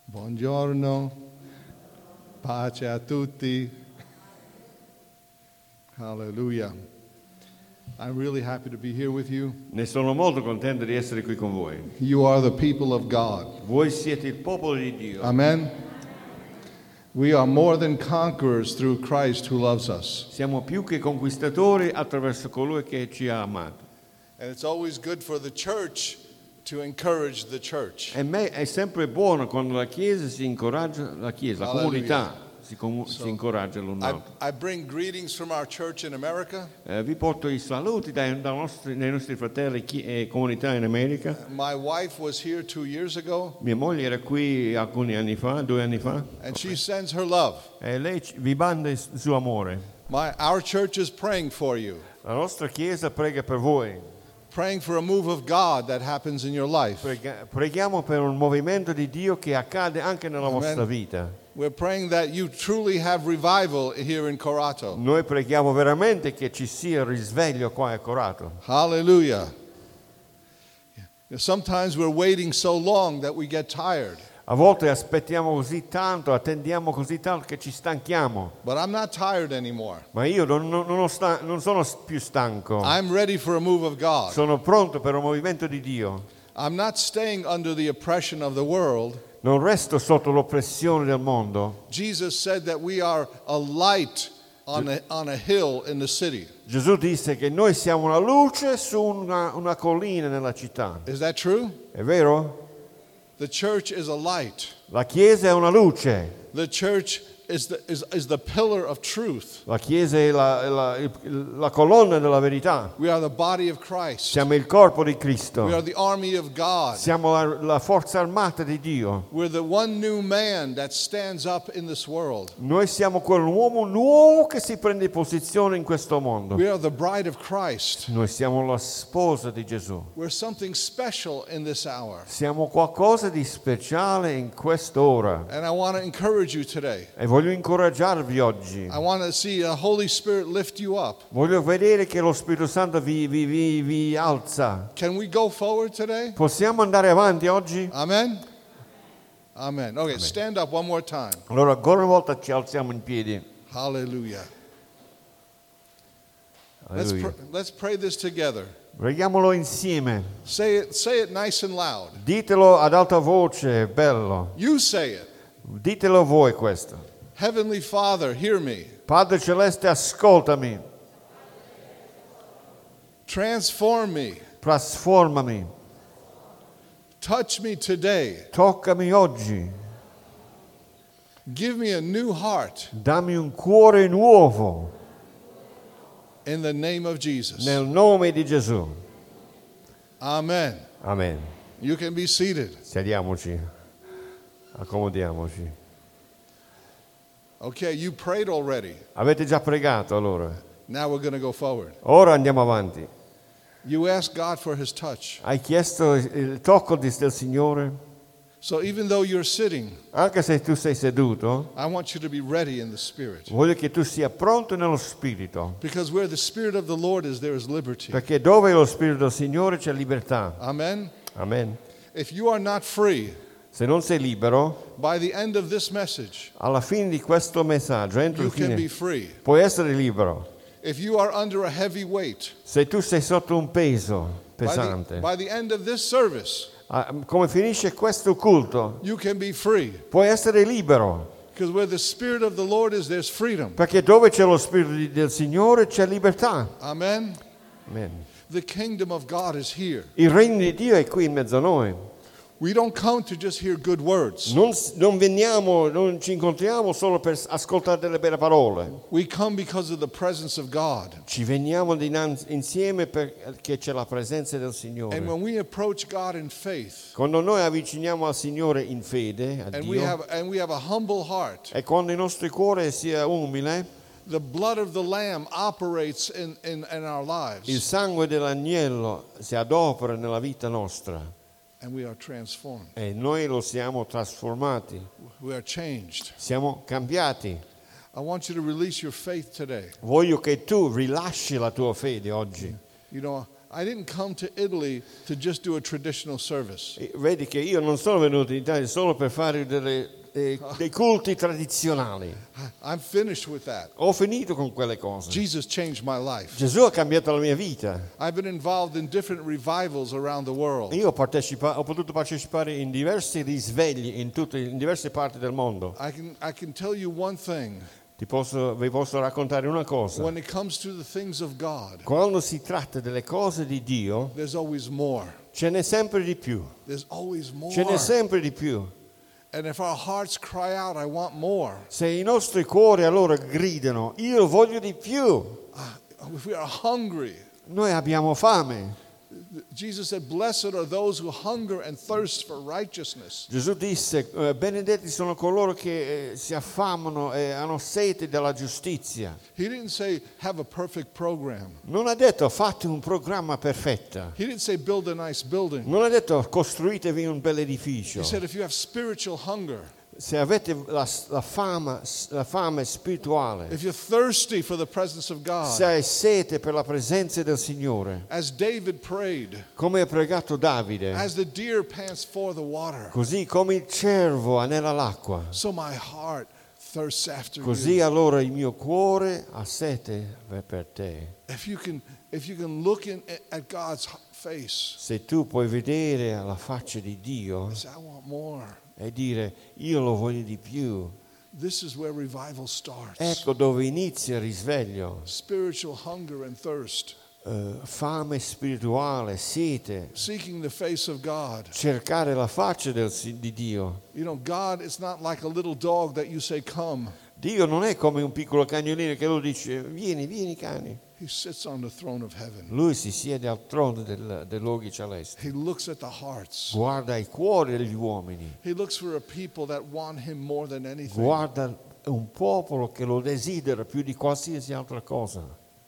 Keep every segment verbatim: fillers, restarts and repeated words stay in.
Buongiorno, pace a tutti. Hallelujah. I'm really happy to be here with you. Ne sono molto contento di essere qui con voi. You are the people of God. Voi siete il popolo di Dio. Amen. We are more than conquerors through Christ who loves us. Siamo più che conquistatori attraverso colui che ci ha amato. And it's always good for the church to encourage the church. E me è sempre buono quando la Chiesa si incoraggia, la Chiesa, la Hallelujah. comunità si, com- So, si incoraggia l'un I, l'altro. I bring greetings from our church in America. Eh, vi porto i saluti dai, dai, nostri, dai nostri fratelli chi- e comunità in America. My wife was here two years ago, Mia moglie era qui alcuni anni fa, due anni fa, and she sends her love. e lei ci- vi manda il suo amore. My, our church is praying for you, La nostra Chiesa prega per voi. praying for a move of God that happens in your life. Prega- preghiamo per un movimento di Dio che accade anche nella Amen. vostra vita. We're praying that you truly have revival here in Corato. Noi preghiamo veramente che ci sia il risveglio qua a Corato. Hallelujah. Sometimes we're waiting so long that we get tired. A volte aspettiamo così tanto, attendiamo così tanto che ci stanchiamo. But I'm not tired anymore. Ma io non, non- non ho sta- non sono più stanco. I'm ready for a move of God. Sono pronto per un movimento di Dio. I'm not staying under the oppression of the world. Non resto sotto l'oppressione del mondo. Jesus said that we are a light on a, on a hill in the city. Gesù disse che noi siamo una luce su una, una collina nella città. Is that true? È vero? The church is a light. La Chiesa è una luce. The church is the, is, is the pillar of truth. La Chiesa è la, è la- il- la colonna della verità. We are the body of Christ. Siamo il corpo di We Cristo. are the army of God. Siamo la, la forza armata di Dio. We're the one new man that stands up in this world. Noi siamo quell'uomo nuovo che si prende posizione in questo mondo. We are the bride of Christ. Noi siamo la sposa di Gesù. We're something special in this hour. Siamo qualcosa di speciale in quest'ora. And I want to encourage you today. E voglio incoraggiarvi oggi. I want to see the Holy Spirit lift you up. Voglio vedere che lo Spirito Santo vi, vi, vi, vi alza. Can we go forward today? Possiamo andare avanti oggi? Amen? Amen. Okay, stand up one more time. Allora ancora una volta ci alziamo in piedi. Hallelujah. Let's, Alleluia. pr- let's pray this together. Preghiamolo insieme. Say it, say it nice and loud. Ditelo ad alta voce, è bello. You say it. Ditelo voi questo. Heavenly Father, hear me. Padre Celeste, ascoltami, Transform me. trasformami, Touch me today. toccami oggi, Give me a new heart dammi un cuore nuovo in the name of Jesus. nel nome di Gesù. Amen. Amen. You can be seated. Sediamoci, accomodiamoci. Okay, you prayed already. Avete già pregato allora? Now we're going to go forward. Ora andiamo avanti. You asked God for his touch. Hai chiesto il tocco di- del Signore? So even though you're sitting, Anche se tu sei seduto, I want you to be ready in the Spirit. voglio che tu sia pronto nello Spirito. Because where the Spirit of the Lord is, there is liberty. Perché dove è lo Spirito del Signore c'è libertà. Amen. Amen. If you are not free, Se non sei libero, by the end of this message, alla fine di questo messaggio, entro you il can fine, be free. puoi essere libero. If you are under a heavy weight, Se tu sei sotto un peso by the, pesante, by the end of this service, ah, come finisce questo culto, you can be free. puoi essere libero. Because where the Spirit of the Lord is, there's freedom. Perché dove c'è lo Spirito di- del Signore c'è libertà. Amen. Amen. The kingdom of God is here. Il regno di Dio è qui in mezzo a noi. We don't come to just hear good words. Non, non veniamo, non ci incontriamo solo per ascoltare delle belle parole. We come because of the presence of God. Ci veniamo dinanzi, insieme perché c'è la presenza del Signore. And when we approach God in faith, Quando noi avviciniamo al Signore in fede, a and we Dio, have and we have a humble heart, e quando il nostro cuore sia umile, the blood of the Lamb operates in, in, in our il lives, sangue dell'agnello si adopera nella vita nostra and we are transformed. e noi lo siamo trasformati, We are changed. siamo cambiati. I want you to release your faith today. Voglio che tu rilasci la tua fede oggi. You know, I didn't come to Italy to just do a traditional service. E vedi che io non sono venuto in Italia solo per fare delle, eh, dei culti tradizionali. I'm finished with that. Ho finito con quelle cose. Jesus changed my life. Gesù ha cambiato la mia vita. I've been involved in different revivals around the world. Io ho, partecipa- ho potuto partecipare in diversi risvegli in, tutte, in diverse parti del mondo. I can, I can tell you one thing. Ti posso, vi posso raccontare una cosa. When it comes to the things of God, Quando si tratta delle cose di Dio, there's always more. ce n'è sempre di più. There's always more. Ce n'è sempre di più. And if our hearts cry out, I want more. Se i nostri cuori allora gridano, io voglio di più. Uh, if we are hungry, Noi abbiamo fame. Jesus said, blessed are those who hunger and thirst for righteousness. Gesù disse, eh, benedetti sono coloro che eh, si affamano e hanno sete della giustizia. He didn't say, have a perfect program. Non ha detto fate un programma perfetto. He didn't say, build a nice building. Non ha detto costruitevi un bel edificio. He said, if you have spiritual hunger, Se avete la, la, fama, la fame spirituale, if you're thirsty for the presence of se God, hai sete per la presenza del Signore, as David prayed, come ha pregato Davide, as the deer pants for the water, così come il cervo anela l'acqua, so my heart thirsts after così you. allora il mio cuore ha sete per te. If you can, if you can look in, at God's face, Se tu puoi vedere alla faccia di Dio and say, I want more. e dire io lo voglio di più, This is where revival starts. ecco dove inizia il risveglio. Spiritual hunger and thirst, Eh, fame spirituale, sete, seeking the face of God. cercare la faccia del, di Dio. You know, God is not like a little dog that you say, come. Dio non è come un piccolo cagnolino che lo dice vieni, vieni cani. He sits on the throne of heaven. Lui si siede al trono del, dei luoghi celesti. He looks at the hearts. Guarda i cuori degli uomini. He looks for a people that want him more than anything. Guarda un popolo che lo desidera più di qualsiasi altra cosa.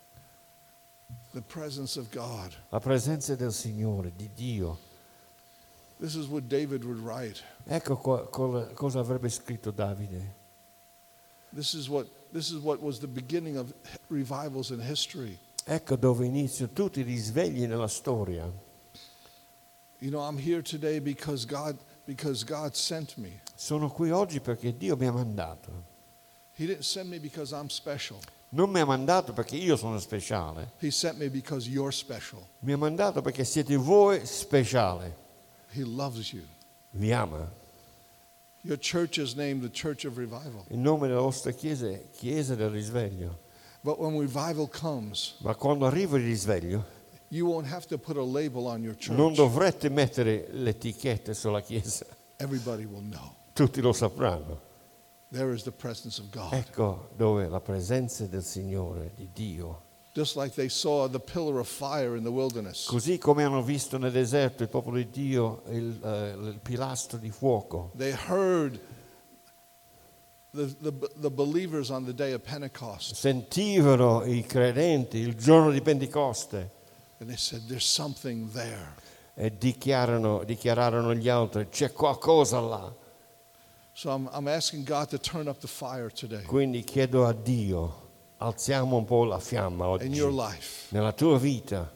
The presence of God. La presenza del Signore, di Dio. This is what David would write. Ecco co- co- cosa avrebbe scritto Davide. This is what this is what was the beginning of revivals in history. Ecco dove iniziano tutti i risvegli nella storia. You know, I'm here today because God because God sent me. Sono qui oggi perché Dio mi ha mandato. He didn't send me because I'm special. Non mi ha mandato perché io sono speciale. He sent me because you're special. Mi ha mandato perché siete voi speciali. He loves you. Vi ama. Your church is named the Church of Revival. Il nome della vostra chiesa è Chiesa del Risveglio. But when revival comes, Ma quando arriva il risveglio, you won't have to put a label on your church. non dovrete mettere l'etichetta sulla chiesa. Everybody will know. Tutti lo sapranno. There is the presence of God. Ecco dove la presenza del Signore, di Dio. Just like they saw the pillar of fire in the wilderness. Così come hanno visto nel deserto il popolo di Dio il, eh, il pilastro di fuoco. They heard the, the, the believers on the day of Pentecost. Sentivano i credenti il giorno di Pentecoste And they said, there's something there. e dichiarano, dichiararono gli altri, c'è qualcosa là. So I'm, I'm asking God to turn up the fire today Quindi chiedo a Dio, alziamo un po' la fiamma in oggi your life. nella tua vita.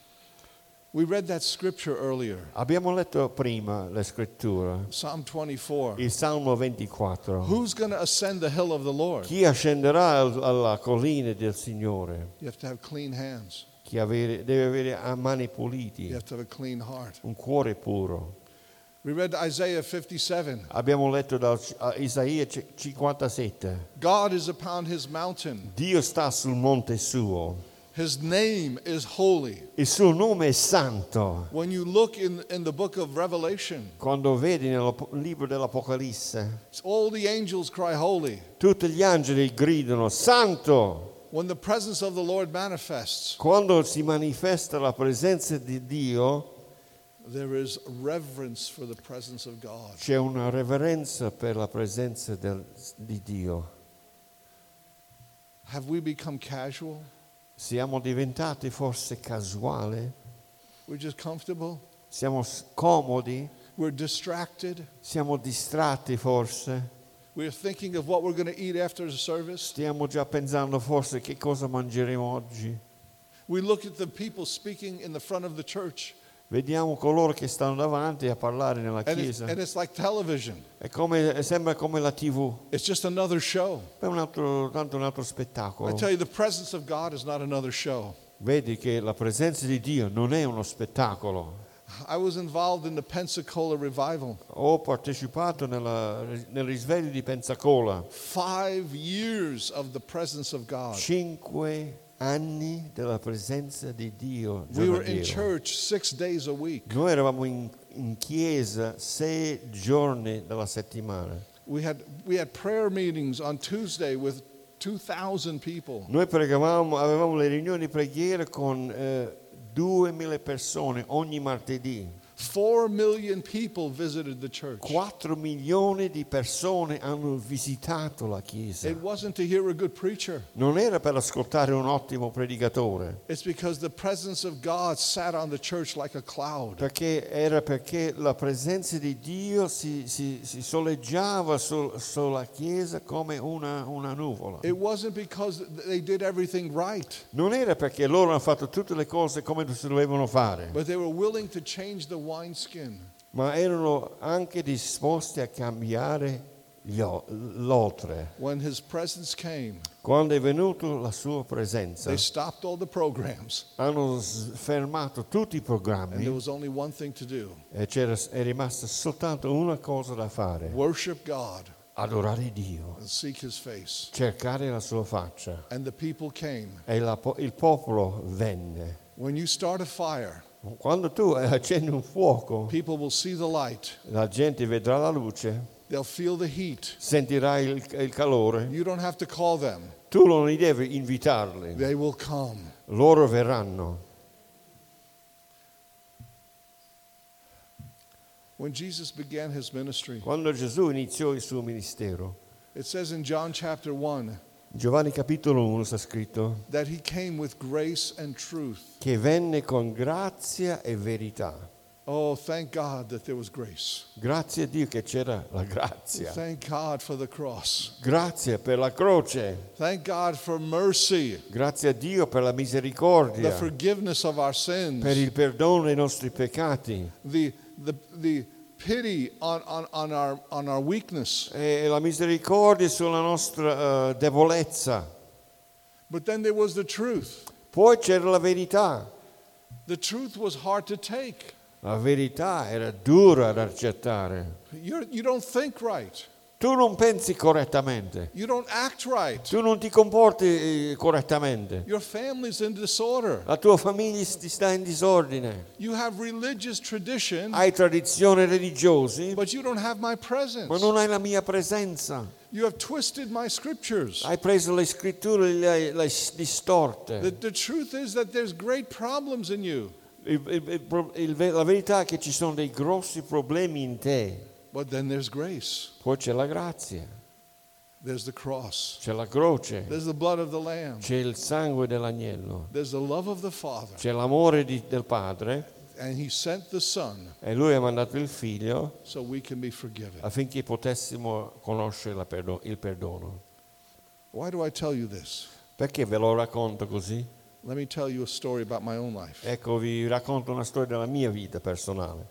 We read that scripture earlier, Abbiamo letto prima la scrittura, Psalm twenty-four. il Salmo ventiquattro. Who's going to ascend the hill of the Lord? Chi ascenderà al- alla collina del Signore? You have to have clean hands. Chi avere- deve avere a mani You puliti, have to have a clean heart. un cuore puro. We read Isaiah fifty-seven. Abbiamo letto da Isaia cinquantasette. God is upon his mountain. Dio sta sul monte suo. His name is holy. Il suo nome è santo. When you look in, in the book of Revelation, Quando vedi nel libro dell'Apocalisse, all the angels cry holy. tutti gli angeli gridano santo. When the presence of the Lord manifests, Quando si manifesta la presenza di Dio, there is reverence for the presence of God. c'è una reverenza per la presenza del- di Dio. Have we become casual? Siamo diventati forse casuali? We're just comfortable? Siamo s- comodi? We're distracted? Siamo distratti forse? We're thinking of what we're going to eat after the service? Stiamo già pensando forse che cosa mangeremo oggi? We look at the people speaking in the front of the church, Vediamo coloro che stanno davanti a parlare nella and it's, chiesa. and it's like television. È come, sembra come la tivù. It's just another show. È un altro, tanto un altro I spettacolo. tell you, the presence of God is not another show. Vedi che la presenza di Dio non è uno spettacolo. I was involved in the Pensacola revival. Ho partecipato nella, nel risveglio di Pensacola. Five years of the presence of God. Cinque anni della presenza di Dio We were in giornaliero. church six days a week. Noi eravamo in, in chiesa sei giorni della settimana. We had we had prayer meetings on Tuesday with two thousand people. Noi pregavamo, avevamo le riunioni di preghiera con eh, duemila persone ogni martedì. Four million people visited the church. quattro milioni di persone hanno visitato la chiesa. It wasn't to hear a good preacher. Non era per ascoltare un ottimo predicatore, It's because the presence of God sat on the church like a cloud. perché era perché la presenza di Dio si, si, si soleggiava sul- sulla chiesa come una, una nuvola. It wasn't because they did everything right, Non era perché loro hanno fatto tutte le cose come si dovevano fare, but they were willing to change the wineskin. ma erano anche disposti a cambiare gli o- l'oltre. When his presence came, Quando è venuta la sua presenza, they stopped all the programs, hanno s- fermato tutti i and there programmi was only one thing to do: e c'era, è rimasta soltanto una cosa da fare: worship God adorare Dio, and seek his face. cercare la sua faccia. And the people came. E la po- il popolo venne. When you start a fire, Quando tu accendi un fuoco, people will see the light. la gente vedrà la luce, They'll feel the heat. sentirà il, il calore. You don't have to call them. Tu non li devi invitarli, They will come. loro verranno. When Jesus began his ministry, Quando Gesù iniziò il suo ministero, it says in John chapter one Giovanni capitolo uno sta scritto that he came with grace and truth. che venne con grazia e verità. Oh, thank God that there was grace. Grazie a Dio che c'era la grazia. Thank God for the cross. Grazie per la croce. Thank God for mercy, Grazie a Dio per la the misericordia, forgiveness of our sins, per il perdono dei nostri peccati the, the, the pity on, on, on, our, on our weakness. e la misericordia sulla nostra eh, debolezza. But then there was the truth. Poi c'era la verità. The truth was hard to take. La verità era dura da accettare. You're, you don't think right. Tu non pensi correttamente. You don't act right. Tu non ti comporti eh, correttamente. Your family's in disorder. La tua famiglia ti sta in disordine. You have religious tradition, Hai tradizioni religiose, but you don't have my ma presence. non hai la mia presenza. You have twisted my scriptures. Hai preso le scritture e le hai, le hai distorte. The, the truth is that there's great problems in you, Il- il- il pro- il- la verità è che ci sono dei grossi problemi in te. but then there's grace. Poi c'è la grazia, There's the cross. c'è la croce, There's the blood of the Lamb. c'è il sangue dell'agnello, There's the love of the Father. c'è l'amore di- del Padre And He sent the Son e Lui ha mandato il Figlio so we can be forgiven. affinché potessimo conoscere la perdo- il perdono. Why do I tell you this? Perché ve lo racconto così? Let me tell you a story about my own life. Ecco, vi racconto una storia della mia vita personale.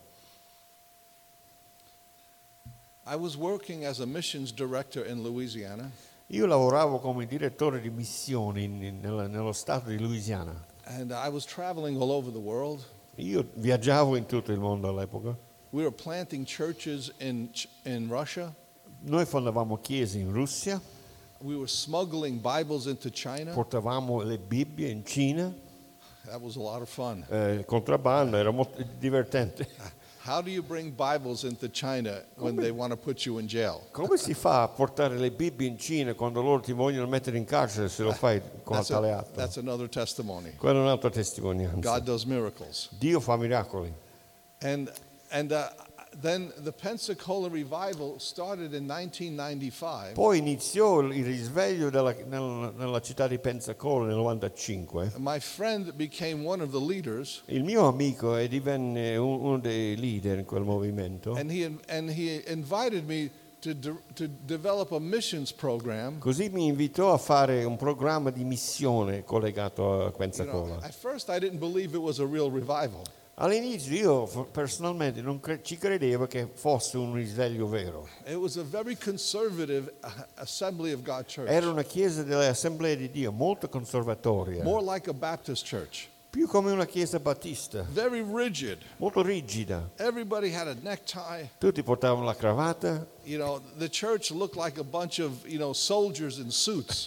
I was working as a missions director in Louisiana, Io lavoravo come direttore di missioni in- in- nella- nello stato di Louisiana. and I was traveling all over the world. Io viaggiavo in tutto il mondo all'epoca. We were planting churches in, Ch- in Russia. Noi fondavamo chiese in Russia, We were smuggling Bibles into China. portavamo le Bibbie in Cina, That was a lot of fun. eh, il contrabbando era molto divertente. How do you bring Bibles into China when they want to put you in jail? Come si fa a portare le Bibbie in Cina quando loro ti vogliono mettere in carcere se lo fai con That's, tale a, atto? that's another testimony. Quella è un'altra testimonianza. God does miracles. Dio fa miracoli. And, and uh, then the Pensacola revival started in nineteen ninety-five. Poi iniziò il risveglio della- nel- nella città di Pensacola nel novantacinque. My friend became one of the leaders, Il mio amico e divenne un- uno dei leader in quel movimento and he, and he invited me to, de- to develop a missions program. Così mi invitò a fare un programma di missione collegato a You know, Pensacola. at first, I didn't believe it was a real revival. All'inizio io f- personalmente non cre- ci credevo che fosse un risveglio vero. It was a very conservative uh, Assembly of God church, Era una chiesa delle assemblee di Dio molto conservatoria, more like a Baptist church, più come una chiesa battista, very rigid. molto rigida. Everybody had a necktie. Tutti portavano la cravatta. You know, the church looked like a bunch of, you know, soldiers in suits.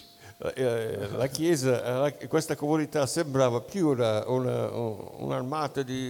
Eh, La chiesa, eh, la- questa comunità sembrava più una- una- un'armata di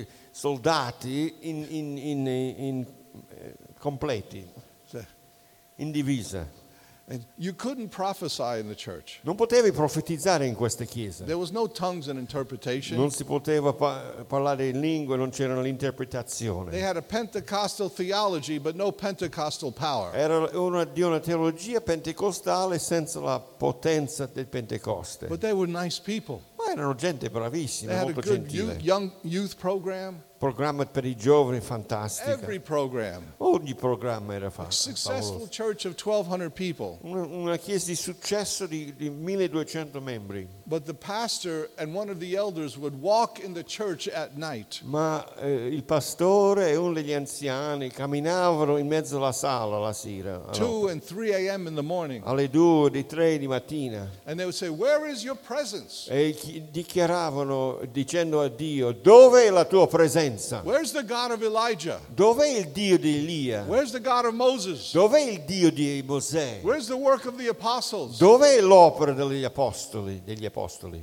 soldati in, in- in- in, eh, completi, So- in divisa. And you couldn't prophesy in the church. Non potevi profetizzare in queste chiese, There was no tongues and interpretation. non si poteva pa- parlare in lingue, non c'era They l'interpretazione. had a Pentecostal theology, but no Pentecostal power. Era una, di una teologia pentecostale senza la potenza del Pentecoste. But they were nice people. Ma erano gente They bravissima, had a molto good gentile. youth, young youth program. Programma per i giovani fantastico. Every program. Ogni programma era fa- Successful favoloso. church of twelve hundred people. Una, una chiesa di successo di, di milleduecento membri, But the pastor and one of the elders would walk in the church at night. ma eh, il pastore e uno degli anziani camminavano in mezzo alla sala la sera, two and three a.m. in the morning. alle due, di tre di mattina, And they would say, "Where is your presence? e chi- dichiaravano dicendo a Dio: dov'è la tua presenza? Where's the God of Elijah? Dov'è il Dio di Elia? Where's the God of Moses? Dov'è il Dio di Mosè? Where's the work of the apostles?" Dov'è l'opera degli apostoli? Degli apostoli?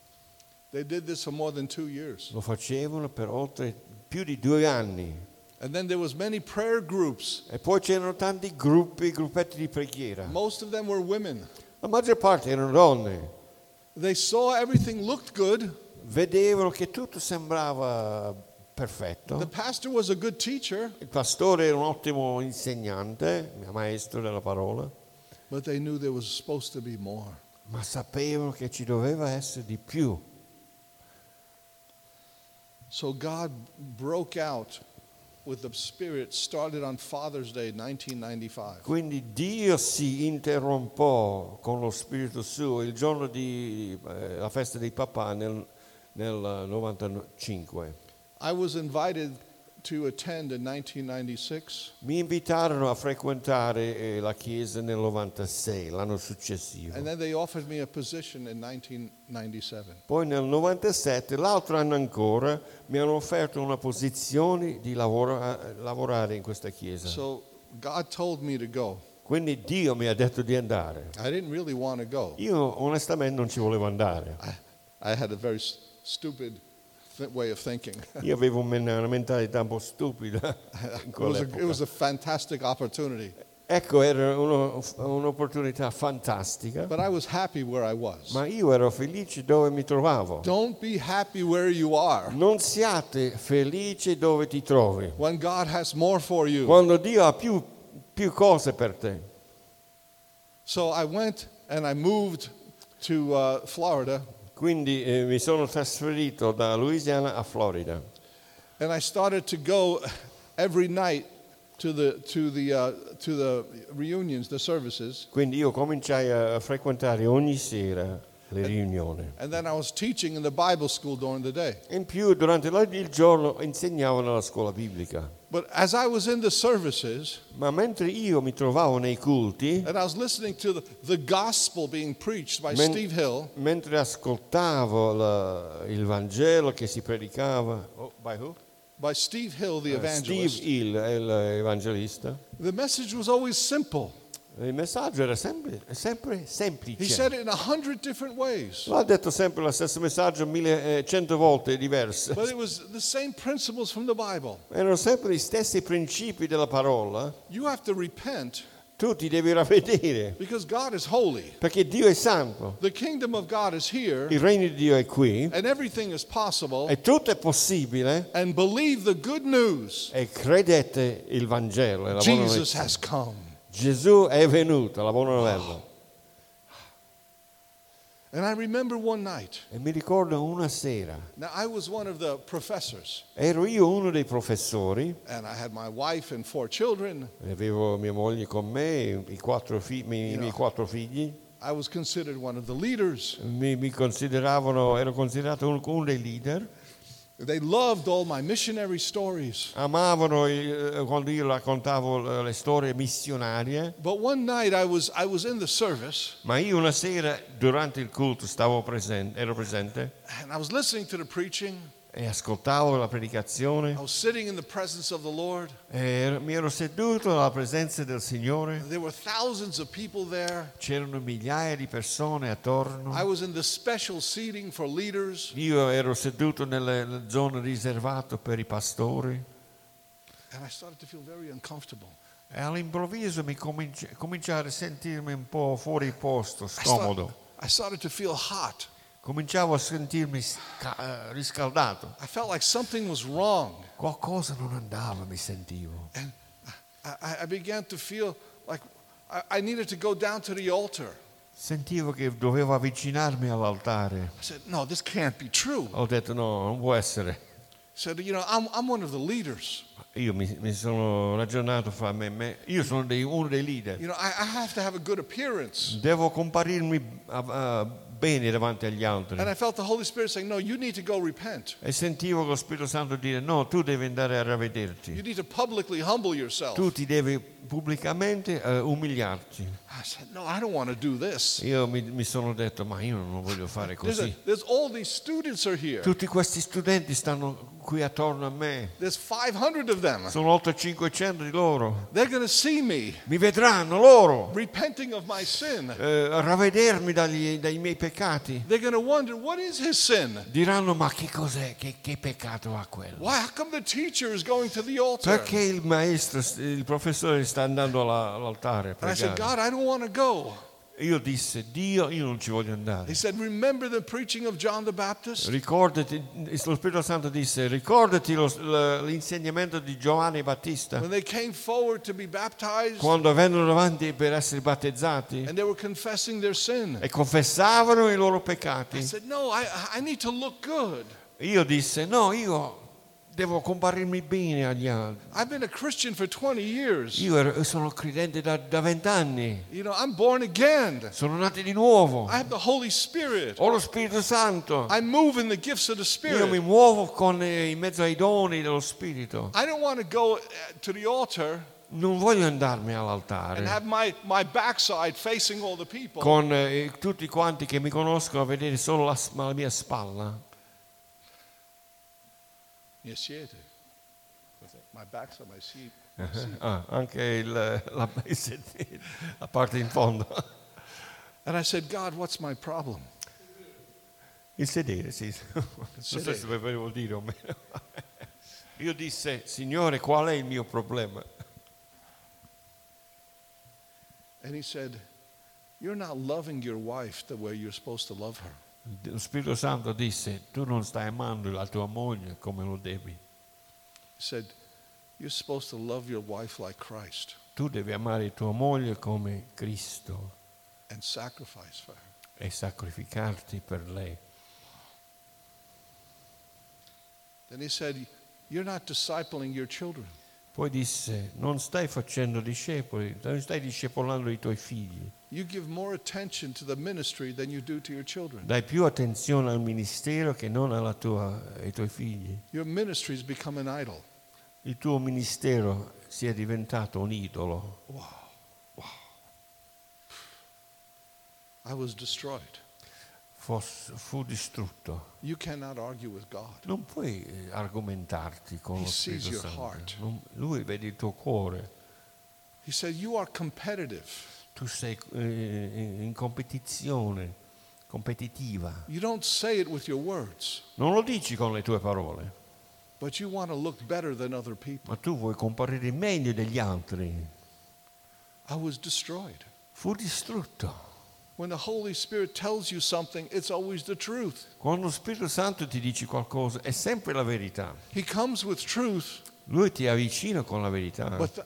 They did this for more than two years. Lo facevano per oltre più di due anni. And then there was many prayer groups. E poi c'erano tanti gruppi, gruppetti di preghiera. Most of them were women. La maggior parte erano donne. They saw everything looked good. Vedevano che tutto sembrava perfetto. The pastor was a good teacher, Il pastore era un ottimo insegnante, maestro della parola, but they knew there was supposed to be more. ma sapevano che ci doveva essere di più. So God broke out with the Spirit, started on Father's Day, nineteen ninety-five. Quindi Dio si interrompò con lo Spirito suo il giorno della festa dei papà nel, nel novantacinque. I was invited to attend in nineteen ninety-six, Mi invitarono a frequentare eh, la chiesa nel novantasei, l'anno successivo. and then they offered me a position in nineteen ninety-seven. Poi nel novantasette, l'altro anno ancora, mi hanno offerto una posizione di lavora- lavorare in questa chiesa. So God told me to go. Quindi Dio mi ha detto di andare. I didn't really want to go. Io onestamente non ci volevo andare. I, I had a very s- stupid th- way of thinking. Io avevo una una mentalità un po' stupida in It was, a, it quell'epoca. was a fantastic opportunity, Ecco, era uno- un'opportunità fantastica, but I was happy where I was. ma io ero felice dove mi trovavo. Don't be happy where you are Non siate felici dove ti trovi. when God has more for you. Quando Dio ha più, più cose per te. So I went and I moved to uh, Florida, Quindi eh, mi sono trasferito da Louisiana a Florida and I started to go every night to the to the uh, to the reunions, the services, quindi io cominciai a frequentare ogni sera le riunioni. and then I was teaching in the Bible school during the day. In più durante la- il giorno insegnavo nella scuola biblica. But as I was in the services Ma mentre io mi trovavo nei culti, and I was listening to the, the gospel being preached by Men- Steve Hill, mentre ascoltavo la- il Vangelo che si predicava, oh, by who? by Steve Hill, the Eh, evangelist, Steve Hill è l'evangelista, the message was always simple. il messaggio era sempre, sempre He semplice. said it in a hundred different ways, L'ha detto sempre lo stesso messaggio mille, eh, cento volte diverse. but it was the same principles from the Bible. Erano sempre gli stessi principi della parola. You have to repent Tu ti devi ravvedere, because God is holy. perché Dio è santo. The kingdom of God is here, Il regno di Dio è qui and everything is possible. e tutto è possibile. And believe the good news. E credete il Vangelo, è la buona Jesus notizia. has come. Gesù è venuto, la buona novella. And I remember one night. E mi ricordo una sera, Now I was one of the professors, ero io uno dei professori, and I had my wife and four children. e avevo mia moglie con me, i, quattro fi- mi- i miei quattro figli, I was considered one of the leaders. mi, mi consideravano, ero considerato uno, uno dei leader, They loved all my missionary stories. amavano eh, quando io raccontavo le storie missionarie, But one night I was I was in the service, ma io una sera durante il culto stavo presente, ero presente and I was listening to the preaching. e ascoltavo la predicazione, I was sitting in the presence of the Lord. e ero- mi ero seduto alla presenza del Signore, There were thousands of people there. c'erano migliaia di persone attorno. I was in the special seating for leaders, Io ero seduto nelle, nelle zone riservate per i pastori and I started to feel very uncomfortable. e all'improvviso mi cominci- cominciai a sentirmi un po' fuori posto, I, scomodo. start- I started to feel hot. Cominciavo a sentirmi sca- eh, riscaldato. I felt like something was wrong. Qualcosa non andava, mi sentivo. And I, I began to feel like I, I needed to go down to the altar. Sentivo che dovevo avvicinarmi all'altare. I said, no, this can't be true. Ho detto no, non può essere. I said, you know, I'm, I'm one of the leaders. Io mi, mi sono ragionato fra me e me. Io sono dei- uno dei leader. You know, I, I have to have a good appearance. Devo comparirmi a- a- bene davanti agli altri. And I felt the Holy Spirit saying, no, you need to go repent. E sentivo lo Spirito Santo dire no, tu devi andare a You ravvederti. need to publicly humble yourself. Tu ti devi pubblicamente eh, umiliarti. I said, no, I don't want to do this. Io mi, mi sono detto ma io non voglio fare There's, a, così. there's all these students are here. Tutti questi studenti stanno qui attorno a me. There's five hundred of them. Sono oltre cinquecento di loro. They're going to see me Mi vedranno loro repenting of my sin. eh, ravvedermi dagli- dai miei peccati. They're going to wonder, what is his sin? Diranno ma che cos'è? Che, che peccato ha quello? Why? How come the teacher is going to the altar? Perché il maestro, il professore sta andando alla- all'altro a And I said, pregare? God, I don't want to go. Io disse, Dio, io non ci voglio He andare. said, remember the preaching of John the Baptist? Ricordati, lo Spirito Santo disse, ricordati lo- l- l'insegnamento di Giovanni Battista. When they came forward to be baptized Quando vennero davanti per essere battezzati and they were confessing their sin. e confessavano i loro I peccati. said, no, I, I need to look good. Io disse, no, io devo comparirmi bene agli altri. I've been a Christian for twenty years. Io ero- sono credente da, da vent'anni, You know, I'm born again. sono nato di nuovo, I have the Holy Spirit. ho lo Spirito Santo. I move in the gifts of the Io mi Spirit. muovo con, eh, in mezzo ai doni dello Spirito. I don't want to go uh, to the altar Non voglio andarmi and all'altare have my, my backside facing all the people. con eh, tutti quanti che mi conoscono a vedere solo la, s- la mia spalla. Mi siete. My back's on my seat. Ah, anche il, la, il sedere, la parte in fondo. And I said, God, what's my problem? Il sedere, sì. Non so sedere. se volevo dire o meno. Io disse, Signore, qual è il mio problema? And he said, you're not loving your wife the way you're supposed to love her. Lo Spirito Santo disse, tu non stai amando la tua moglie come lo devi. He said, you're supposed to love your wife like Christ Tu devi amare tua moglie come Cristo and sacrifice for her. e sacrificarti per lei. Then he said, you're not discipling your children. Poi disse, non stai facendo discepoli, non stai discepolando i tuoi figli. You give more attention to the ministry than you do to your children. Dai più attenzione al ministero che non alla tua, ai tuoi figli. Your ministry has become an idol. Il tuo ministero sia diventato un idolo. I was destroyed. Fos- fu distrutto. You cannot argue with God. Non puoi eh, argomentarti con He lo sees Spirito your Santo. heart. Non- lui vede il tuo cuore. He said, you are competitive. Tu sei eh, in competizione, competitiva. You don't say it with your words, Non lo dici con le tue parole, but you want to look better than other people. ma tu vuoi comparire meglio degli altri. I was destroyed. Fu distrutto. When the Holy Spirit tells you something, it's always the truth. Quando lo Spirito Santo ti dice qualcosa, è sempre la verità. He comes with truth, Lui ti avvicina con la verità, but, th- but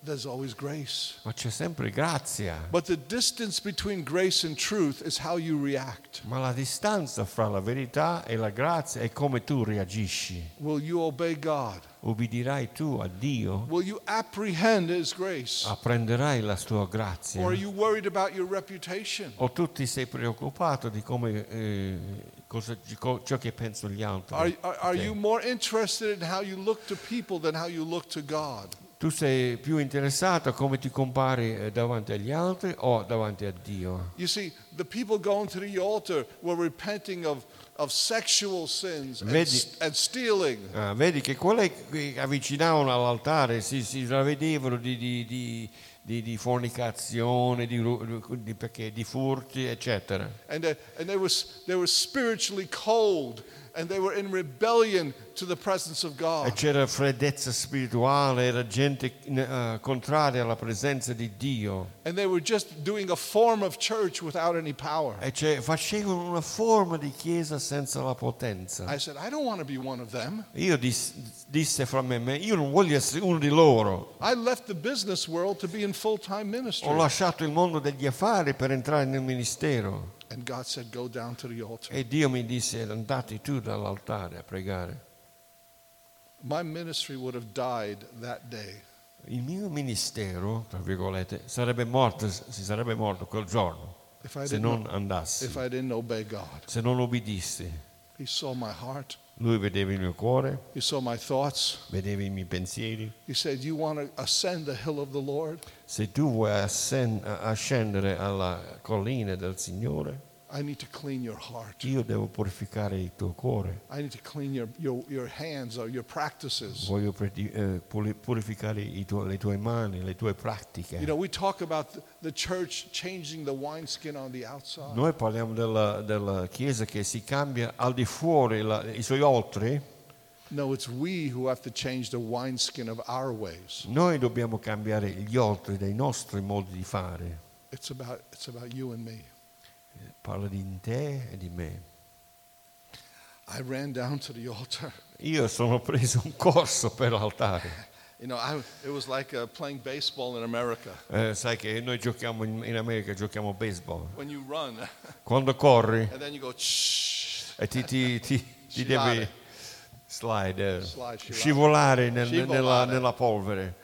there's always grace. ma c'è sempre grazia. But the distance between grace and truth is how you react. Ma la distanza fra la verità e la grazia è come tu reagisci. Will you obey God? Ubbidirai tu a Dio? Will you apprehend His grace? Apprenderai la sua grazia? Or are you worried about your reputation? O tu ti sei preoccupato di come, eh, cosa, di co- ciò che pensano gli altri? Are, are, are di te? you more interested in how you look to people than how you look to God? Tu sei più interessato a come ti compari eh, davanti agli altri o davanti a Dio? You see, the people going to the altar were repenting of, of sexual sins and, Vedi- s- and stealing. Ah, vedi che quelli che avvicinavano all'altare si, si ravvedevano di, di, di, di, di fornicazione, di, ru- di, perché, di furti, eccetera. And, uh, and they, were, s- they were spiritually cold and they were in rebellion to the presence of E God. c'era freddezza spirituale, era gente eh, contraria alla presenza di Dio. And they were just doing a form of church without any power. E cioè, facevano una forma di chiesa senza la potenza. I said, I don't want to be one of them. Io dis- disse fra me e me, io non voglio essere uno di loro. I left the business world to be in full-time ministry. Ho lasciato il mondo degli affari per entrare nel ministero. And God said, go down to the altar. E Dio mi disse, andate tu dall'altare a pregare. My ministry would have died that day. Il mio ministero, tra virgolette, sarebbe morto, si sarebbe morto quel giorno If I se didn't, non andassi, if I didn't obey God. se non obbedissi. He saw my heart. Lui vedeva il mio cuore, He saw my thoughts. vedeva i miei pensieri. He said, you want to ascend the hill of the Lord? Se tu vuoi assen- ascendere alla collina del Signore, I need to clean your heart. io devo purificare il tuo cuore. I need to clean your, your, your hands or your practices. Voglio pre- eh, puri- purificare i tuoi- le tue mani, le tue pratiche. You know, we talk about the- the church changing the wineskin on the outside. Noi parliamo della, della Chiesa che si cambia al di fuori la- i suoi oltre. No, it's we who have to change the wineskin of our ways. Noi dobbiamo cambiare gli oltre dei nostri modi di fare. It's about, it's about you and me. Parla di te e di me. I ran down to the altar. Io sono preso un corso per l'altare. You know, I, it was like uh, playing baseball in America. Eh, sai che noi giochiamo in, in America, giochiamo a baseball. When you run, Quando corri and then you go, shh. e ti, ti, ti, ti Scivare. devi slide, eh, Slide, scivare. scivolare nel- Scivolare. Nella, nella polvere.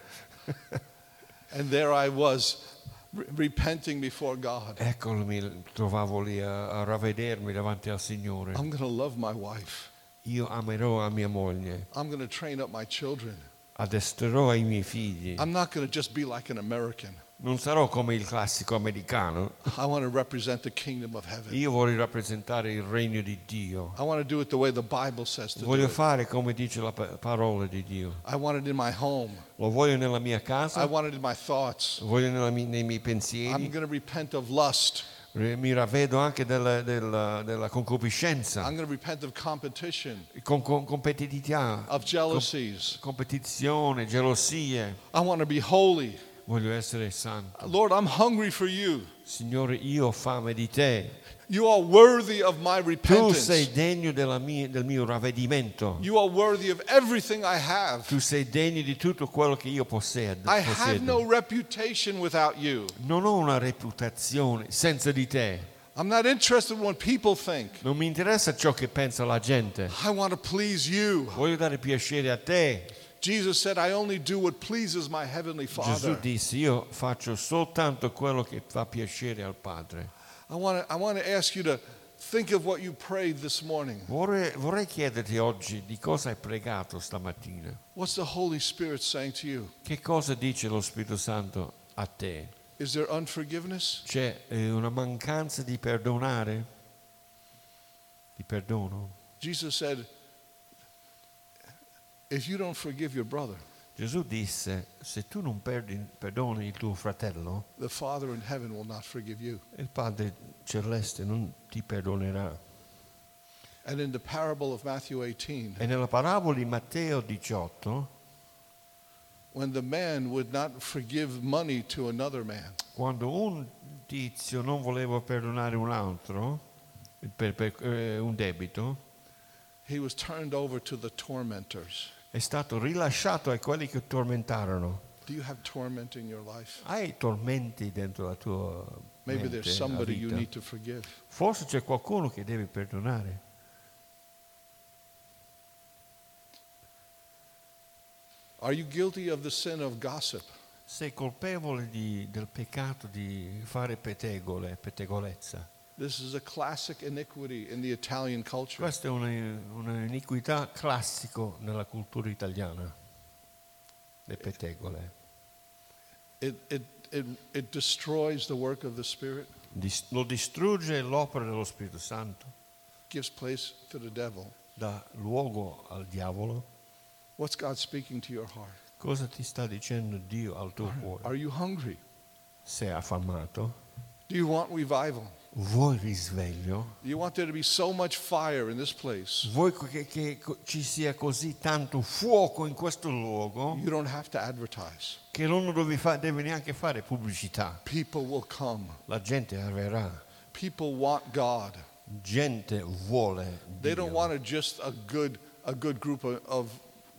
And there I was, re- repenting before God. Eccolo, mi trovavo lì a, a ravvedermi davanti al Signore. I'm going to love my wife. Io amerò a mia moglie, I'm going to train up my children. addestrerò i miei figli. I'm not going to just be like an American. Non sarò come il classico americano. I want to represent the kingdom of heaven. Io voglio rappresentare il regno di Dio. I want to do it the way the Bible says to do Voglio it. fare come dice la pa- parola di Dio. I want it in my home. Lo voglio nella mia I casa, want it in my thoughts. lo voglio nella mi- nei miei I'm pensieri. going to repent of lust. Mi ravvedo anche della, della, della concupiscenza, I'm going to repent of competition, con, con competitività, of jealousies. competizione, gelosie. I want to be holy. Voglio essere santo. Lord, I'm hungry for you. Signore, io ho fame di te. You are worthy of my Tu repentance. sei degno della mia- del mio ravvedimento. You are worthy of everything I have. Tu sei degno di tutto quello che io possiedo. I have possiedo. no reputation without you. Non ho una reputazione senza di te. I'm not interested in what people think. Non mi interessa ciò che pensa la gente. I want to please you. Voglio dare piacere a te. Jesus said, I only do what pleases my heavenly Gesù Father. disse, io faccio soltanto quello che fa piacere al Padre. I want to, I want to ask you to think of what you prayed this morning. Vorrei, vorrei chiederti oggi di cosa hai pregato stamattina. What's the Holy Spirit saying to you? Che cosa dice lo Spirito Santo a te? Is there unforgiveness? C'è eh, una mancanza di perdonare? Di perdono? Jesus said, if you don't forgive your brother, Gesù disse, se tu non perdi, perdoni il tuo fratello, the Father in heaven will not forgive you. il Padre Celeste non ti perdonerà. And in the parable of Matthew eighteen, E nella parabola di Matteo diciotto, when the man would not forgive money to another man, quando un tizio non voleva perdonare un altro per, per eh, un debito, he was turned over to the tormentors. è stato rilasciato a quelli che tormentarono. Do you have torment in your life? Hai tormenti dentro la tua Maybe mente, there's la somebody you vita? need to forgive. Forse c'è qualcuno che devi perdonare. Are you guilty of the sin of gossip? Sei colpevole di- del peccato di fare pettegole, pettegolezza. This is a classic iniquity in the Italian culture. Questa è una, una iniquità classico nella cultura italiana, le pettegole. It, it, it, it destroys the work of the Spirit, Dis- lo distrugge l'opera dello Spirito Santo, gives place to the devil. dà luogo al diavolo. What's God speaking to your heart? Cosa ti sta dicendo Dio al tuo cuore? Are you hungry? Sei affamato? Do you want revival? Vuoi risveglio? Do you want there to be so much fire in this place? Vuoi che, che ci sia così tanto fuoco in questo luogo You don't have to advertise. che non devi, fa- devi neanche fare pubblicità. People will come. La gente arriverà. People want God. Gente vuole They don't Dio. want a, just a good, a good group of, of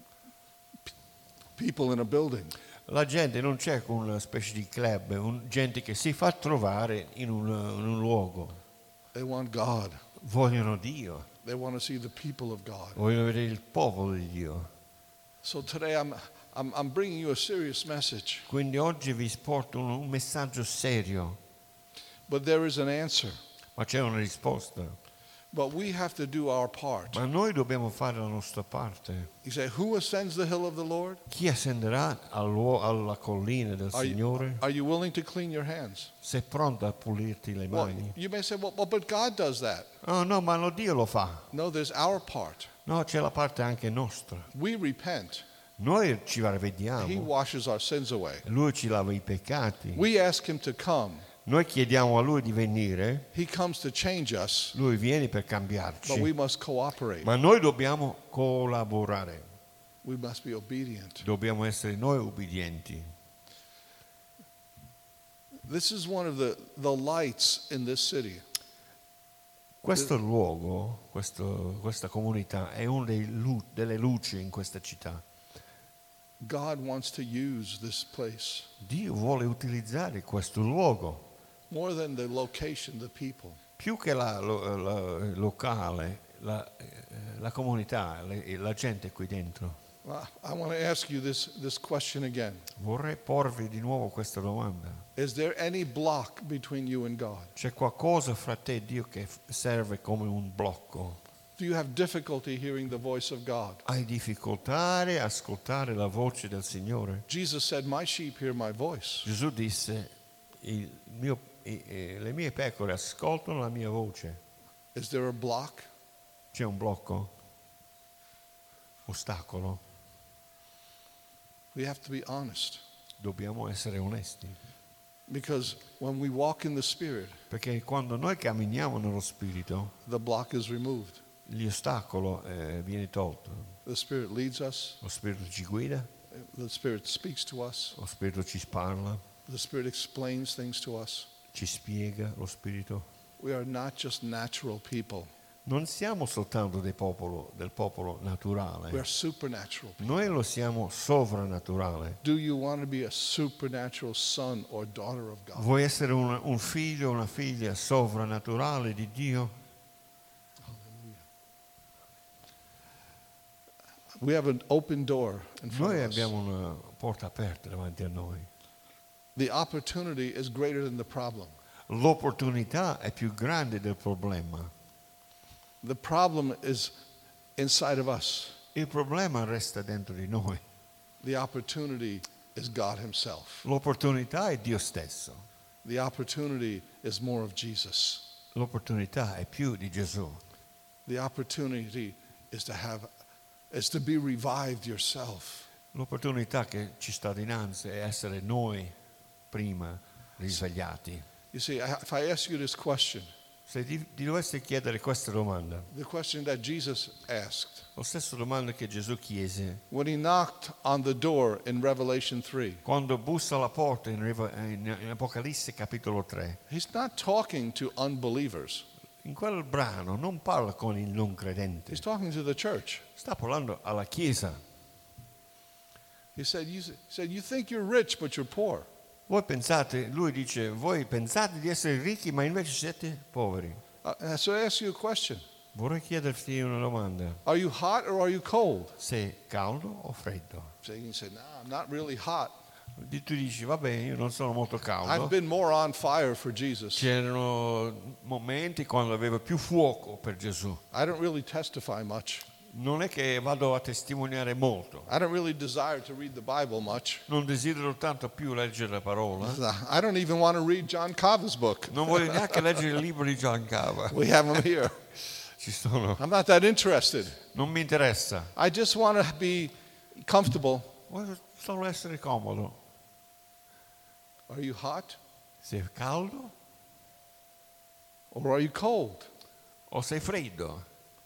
p- people in a building. La gente non c'è con una specie di club, un- gente che si fa trovare in un, in un luogo. They want God. Vogliono Dio, They want to see the people of God. vogliono vedere il popolo di Dio. So today I'm, I'm, I'm bringing you a serious message, Quindi oggi vi porto un, un messaggio serio, but there is an answer. ma c'è una risposta. But we have to do our part. Ma noi dobbiamo fare la nostra parte. You say, who ascends the hill of the Lord? Chi ascenderà al luo- alla collina del Are you, Signore? are you willing to clean your hands? Sei pronto a pulirti le Well, mani? you may say, well, well, but God does that. Oh no, ma lo Dio lo fa. No, there's our part. No, c'è la parte anche nostra. We repent. Noi ci He ravvediamo. washes our sins away. Lui ci lava i peccati. We ask him to come. Noi chiediamo a Lui di venire. He comes to change us, Lui viene per but we cambiarci. must cooperate. Ma noi dobbiamo collaborare. We must be obedient. Dobbiamo essere noi ubbidienti. This is one of the, the lights in this city. Questo luogo, questo- questa comunità è una delle luci in questa città. God wants to use this place Dio vuole utilizzare questo luogo. more than the location, the people. Più che la, lo- la- locale, la, eh, la comunità, le- la gente qui dentro. Well, I want to ask you this, this question again. Vorrei porvi di nuovo questa domanda. Is there any block between you and God? C'è qualcosa fra te e Dio che f- serve come un blocco? Do you have difficulty hearing the voice of God? Hai difficoltà a ascoltare la voce del Signore? Jesus said, my sheep hear my voice. Gesù disse, "Il mio- i- eh, le mie pecore ascoltano la mia voce." Is there a block? C'è un blocco? Ostacolo? We have to be honest. Dobbiamo essere onesti. Because when we walk in the Spirit, Perché quando noi camminiamo nello Spirito, the block is removed. l'ostacolo eh, viene tolto. The Spirit leads us. Lo Spirito ci guida, The Spirit speaks to us. lo Spirito ci parla, The Spirit explains things to us. ci spiega lo Spirito. We are not just natural people. Non siamo soltanto dei popolo, del popolo We are naturale, supernatural. noi lo siamo sovrannaturale. Do you want to be a supernatural son or daughter of God? Vuoi essere un, un figlio o una figlia sovrannaturale di Dio? We have an open door in front Noi of us. abbiamo una porta aperta davanti a noi. The opportunity is greater than the problem. L'opportunità è più grande del problema. The problem is inside of us. Il problema resta dentro di noi. The opportunity is God Himself. L'opportunità è Dio stesso. The opportunity is more of Jesus. L'opportunità è più di Gesù. The opportunity is to have is to be revived yourself. L'opportunità che ci sta dinanzi è essere noi prima risvegliati. You see, I- if I ask you this question, Se ti, ti dovessi chiedere questa domanda, the question that Jesus asked la stessa domanda che Gesù chiese when He knocked on the door in Revelation three, quando bussa alla porta in, Riva- in- in Apocalisse capitolo tre, He's not talking to unbelievers. in quel brano non parla con il non credente, He's talking to the church. sta parlando alla Chiesa. He said, you, he said, you think you're rich, but you're poor. Voi pensate, lui dice, voi pensate di essere ricchi, ma invece siete poveri. Uh, so I ask you a question. Vorrei chiederti una domanda. Are you hot or are you cold? Sei caldo o freddo? So you can say, no, I'm not really hot. Tu dici, vabbè, io non sono molto caldo. I've been more on fire for Jesus. C'erano momenti quando avevo più fuoco per Gesù. I don't really testify much. Non è che vado a testimoniare molto. I don't really desire to read the Bible much. Non desidero tanto più leggere la parola. I don't even want to read John Cava's book. Non voglio neanche leggere il libro di John Cava. We have him here. Ci sono. I'm not that interested. Non mi interessa. I just want to be comfortable. Voglio solo essere comodo. Are you hot Sei caldo or are you cold? o sei freddo?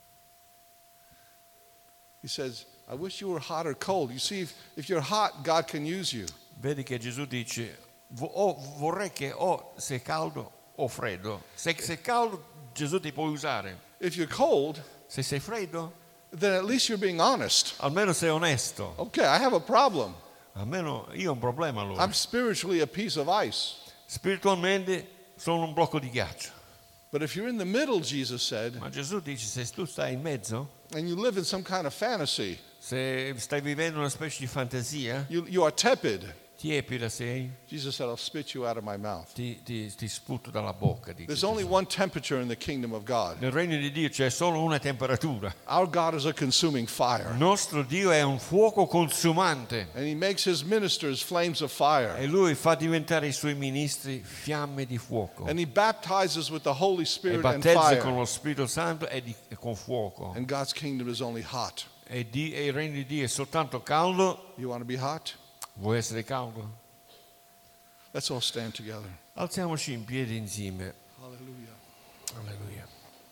He says, I wish you were hot or cold. You see, if, if you're hot, God can use you. Vedi che Gesù dice, vo- o vorrei che o sei caldo o freddo. Se sei caldo, Gesù ti può usare. If you're cold, Se sei freddo, then at least you're being honest. almeno sei onesto. Okay, I have a problem. Almeno io ho un problema allora. I'm spiritually a piece of ice. Spiritualmente sono un blocco di ghiaccio. But if you're in the middle, Jesus said, Ma Gesù dice, se tu stai in mezzo, and you live in some kind of fantasy, se stai vivendo una specie di fantasia, you, you are tepid. tiepida sei, Jesus said, I'll spit you out of my mouth. ti, ti, ti sputo dalla bocca. Dice There's only Gesù. one temperature in the kingdom of God. Nel regno di Dio c'è solo una temperatura. Our God is a consuming fire. Il nostro Dio è un fuoco consumante And he makes his ministers flames of fire. e lui fa diventare i suoi ministri fiamme di fuoco And he baptizes with the Holy e Spirit and battezza con fire. lo Spirito Santo e, di, e con fuoco. And God's kingdom is only hot. E, di, e il regno di Dio è soltanto caldo. You want to be hot? Vuoi essere caldo? Let's all stand together. Alziamoci in piedi insieme. Hallelujah. Alleluia.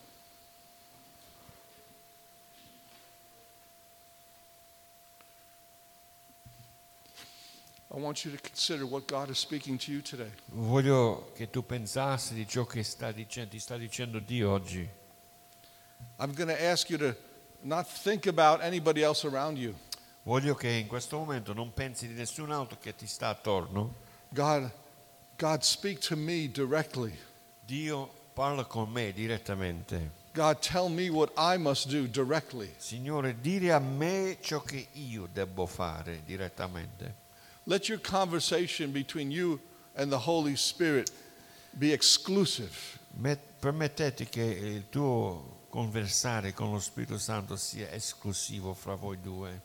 I want you to consider what God is speaking to you today. Voglio che tu pensassi di ciò che sta dicendo, ti sta dicendo Dio oggi. I'm going to ask you to not think about anybody else around you. Voglio che in questo momento non pensi di nessun altro che ti sta attorno. God, God, speak to me directly. Dio parla con me direttamente. God, tell me what I must do directly. Signore, dire a me ciò che io devo fare direttamente. Let your conversation between you and the Holy Spirit be exclusive. Met- permettete che il tuo conversare con lo Spirito Santo sia esclusivo fra voi due.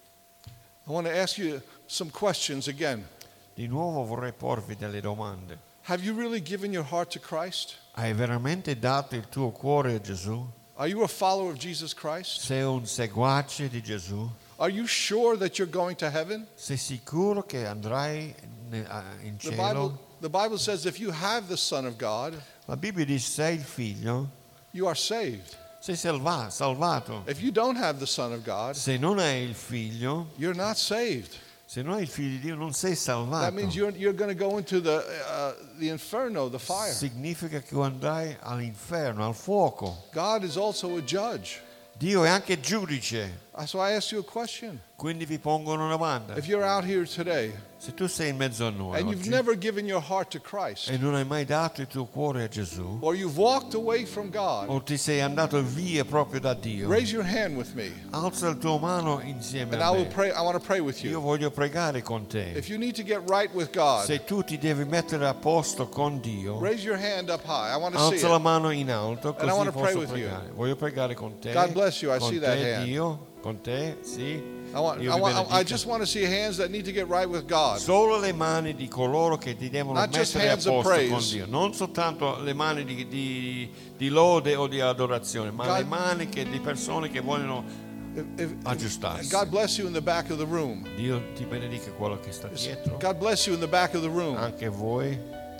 I want to ask you some questions again. Di nuovo vorrei porvi delle domande. Have you really given your heart to Christ? Hai veramente dato il tuo cuore a Gesù? Are you a follower of Jesus Christ? Sei un seguace di Gesù? Are you sure that you're going to heaven? Sei sicuro che andrai ne- a- in The cielo? Bible, the Bible says if you have the Son of God, La Bibbia dice sei il figlio, you are saved. sei salva- salvato. If you don't have the Son of God, Se non hai il figlio, you're not saved. se non hai il figlio di Dio non sei That salvato. means you're, you're going to go into the, uh, the inferno, the fire. Significa che andrai all'inferno, al fuoco. God is also a judge. Dio è anche giudice, Uh, So I ask you a question. quindi vi pongo una domanda. If you're out here today Se tu sei in mezzo a noi and you've oggi never given your heart to Christ, e non hai mai dato il tuo cuore a Gesù, or you've walked away from God, o ti sei andato via proprio da Dio, raise your hand with me, alza il tuo mano insieme and a I will me. pray. I want to pray with Io you. voglio pregare con te. If you need to get right with God, Se tu ti devi mettere a posto con Dio, raise your hand up high. I want to see alza la it. mano in alto And I così wanna pray posso with you. pregare. Voglio pregare con te. God bless you. I con see te, that hand. Dio, con te, sì. I want. Dio I, vi want, I benedica. just want to see hands that need to get right with God. Solo le mani di coloro che ti devono Not just mettere a hands of posto con praise. Dio, non soltanto le mani di, di- di lode o di adorazione, ma God- le mani che- di persone che vogliono If, if, aggiustarsi. God bless you in the back of the room. Dio ti benedica quello che sta dietro, God bless you in the back of the room. anche voi.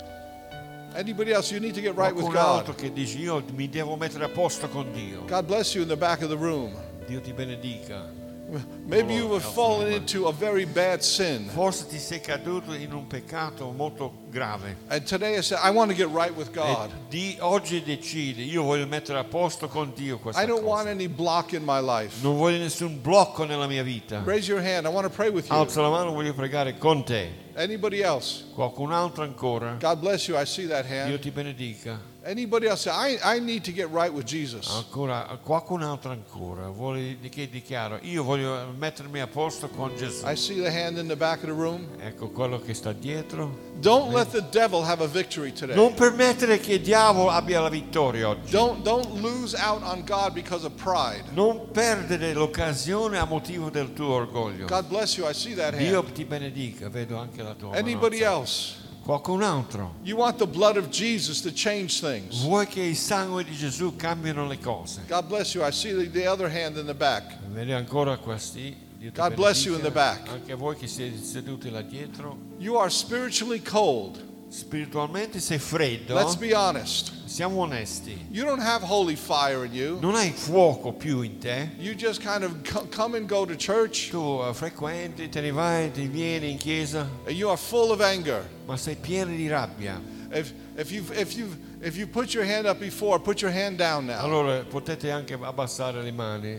Anybody else, you need to get right with Qualcun altro God. che dice io mi devo mettere a posto con Dio. God bless you in the back of the room. Dio ti benedica. Maybe you have Alza la fallen mano. into a very bad sin. Forse ti sei caduto in un peccato molto grave. And today I said, I want to get right with E God. di oggi decidi, io voglio mettere a posto con Dio questa I don't want cosa. any block in my life. Non voglio nessun blocco nella mia vita. Raise your hand. I want to pray with you. Alza la mano, voglio pregare con te. Anybody else? Qualcun altro ancora? God bless you. I see that Dio hand. ti benedica. Anybody else? I, I need to get right with Jesus. Ancora, qualcun altro ancora vuole che dichiaro, io voglio mettermi a posto con Gesù. I see the hand in the back of the room. Ecco quello che sta dietro. Don't let the devil have a victory today. Non permettere che il diavolo abbia la vittoria oggi. Don't, don't lose out on God because of pride. Non perdere l'occasione a motivo del tuo orgoglio. God bless you. I see that Dio hand. ti benedica, vedo anche la tua mano Anybody alzata. else? Qualcun altro? You want the blood of Jesus to change things. Vuoi che il sangue di Gesù cambiano le cose? God bless you. I see the, the other hand in the back. Vedi ancora questi? Dio ti God bless you in the benedica. back. Anche voi che siete seduti là dietro. You are spiritually cold. Spiritualmente sei freddo. Let's be honest. Siamo onesti. You don't have holy fire in you. Non hai fuoco più in te. You just kind of co- come and go to church, Tu uh, frequenti, te ne vai, ti vieni in chiesa, and you are full of anger. ma sei pieno di rabbia. If if you if you if you put your hand up before, put your hand down now. Allora potete anche abbassare le mani.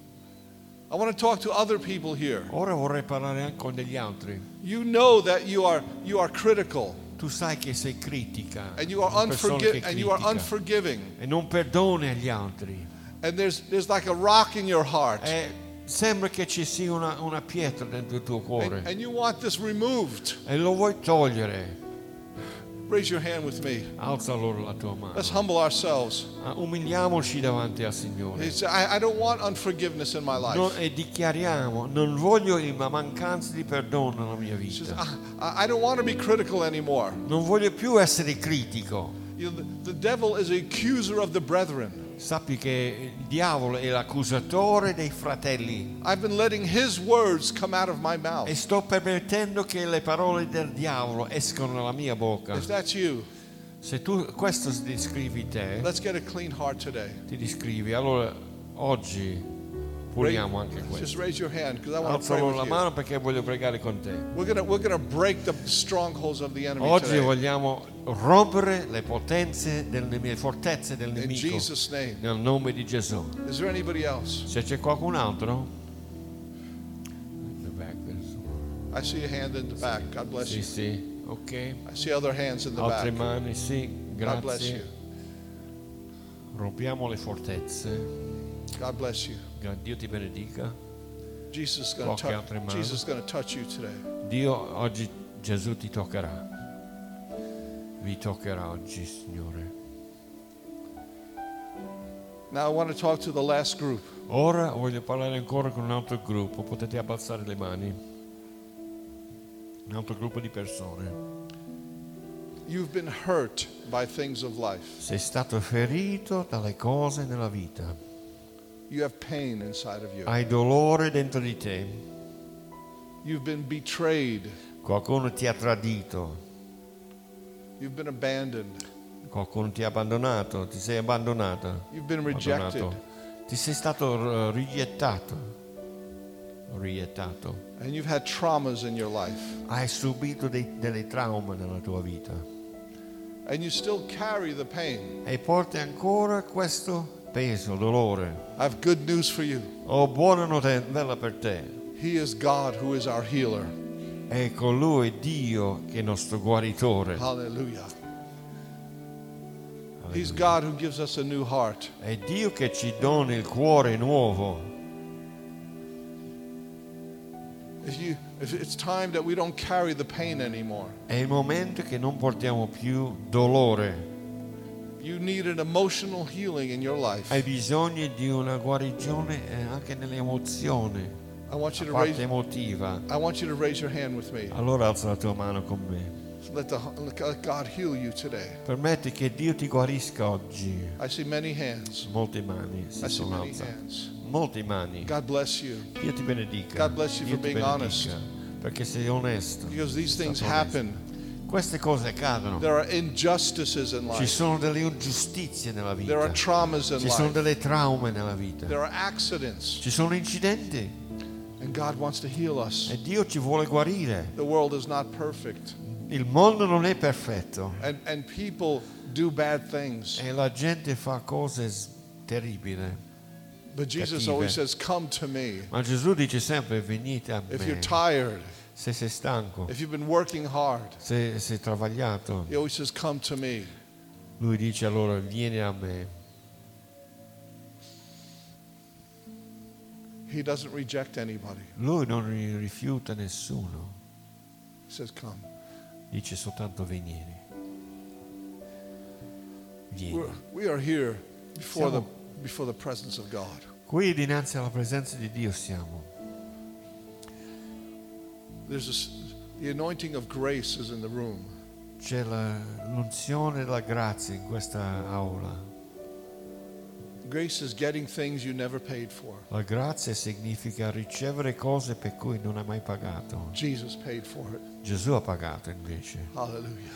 I want to talk to other people here. Ora vorrei parlare anche con degli altri. You know that you are you are critical Tu sai che sei critica, and you are una persona che unforgi- and you are critica, unforgiving. e non perdoni agli altri. And there's there's like a rock in your heart. E sembra che ci sia una, una pietra dentro il tuo cuore And, and you want this removed. e lo vuoi togliere. Raise your hand with me. Alza allora la tua mano. Let's humble ourselves. Ah, umiliamoci davanti al Signore. It's- I, I don't want unforgiveness in my life. No, e dichiariamo, non voglio la mancanza di perdono nella mia He says, vita. I, I don't want to be critical anymore. Non voglio più essere critico. You know, the, the devil is the accuser of the brethren. Sappi che il diavolo è l'accusatore dei fratelli I've been letting his words come out of my mouth. e sto permettendo che le parole del diavolo escano dalla mia bocca. If that's you, Se tu questo descrivi te, let's get a clean heart today. ti descrivi, allora oggi puliamo anche Just questo. raise your hand because I want to Alza pray la with you. mano perché voglio pregare con te. We're gonna we're gonna break the strongholds of the enemy Oggi today. vogliamo rompere le potenze, delle le fortezze del In nemico Jesus' name. nel nome di Gesù. Is there anybody else? Se c'è qualcun altro? I see a hand in the back. God bless Sì, you. sì, ok. I see other hands in the Altre back. mani, sì, God bless you. grazie. Rompiamo le fortezze. God bless you. Dio ti benedica. Jesus is going to Qualche altra touch. mano. Jesus is going to touch you today. Dio oggi, Gesù ti toccherà. Vi toccherà oggi, Signore. Now I want to talk to the last group. Ora voglio parlare ancora con un altro gruppo. Potete abbassare le mani. Un altro gruppo di persone. You've been hurt by things of life. Sei stato ferito dalle cose nella vita. You have pain inside of you. Hai dolore dentro di te. You've been betrayed. Qualcuno ti ha tradito. You've been abandoned. Qualcuno ti ha abbandonato. Ti sei abbandonata. You've been rejected. Abbandonato. Ti sei stato uh, rigettato. Rigettato. And you've had traumas in your life. Hai subito dei, delle traume nella tua vita. And you still carry the pain. E porti ancora questo peso, dolore. I have good news for you. Ho buona notizia per te. He is God who is our healer. Ecco, Lui è Dio che è il nostro guaritore. Hallelujah. He's God who gives us a new heart. È Dio che ci dona il cuore nuovo. If you, if it's time that we don't carry the pain anymore. È il momento che non portiamo più dolore. You need an emotional healing in your life. Hai bisogno di una guarigione eh, anche nelle emozioni, I want you la to parte raise. emotiva. I want you to raise your hand with me. Allora alza la tua mano con me. Let, the, let God heal you today. Permetti che Dio ti guarisca oggi. I see many hands. Molte mani si I see sono many alzate. hands. Molte mani. God bless you. Dio ti benedica. God bless you Dio for ti being benedica, honest. perché sei onesto. Because these Sei things stato onesto. happen. Queste cose accadono. There are injustices in Ci life. sono delle ingiustizie nella There are vita. traumas in Ci sono life. delle traume nella vita. There are accidents. Ci sono incidenti. And God wants to heal us. E Dio ci vuole guarire. The world is not perfect. Il mondo non è perfetto. And, and people do bad things. E la gente fa cose s- terribili. But Jesus Cattive. always says, come to me. Ma Gesù dice sempre venite a If you're me. tired, Se sei stanco, if you've been working hard, se sei travagliato, he always says, come to me. lui dice allora vieni a me. He doesn't reject anybody. Lui non ri- rifiuta nessuno, He says, come. dice soltanto venire. Vieni. We're, we are here before the, Siamo- before the presence of God. Qui dinanzi alla presenza di Dio siamo. There's this, the anointing of grace is in the room. C'è la- l'unzione della grazia in questa aula. Grace is getting things you never paid for. La grazia significa ricevere cose per cui non hai mai pagato. Jesus paid for it. Gesù ha pagato invece Hallelujah.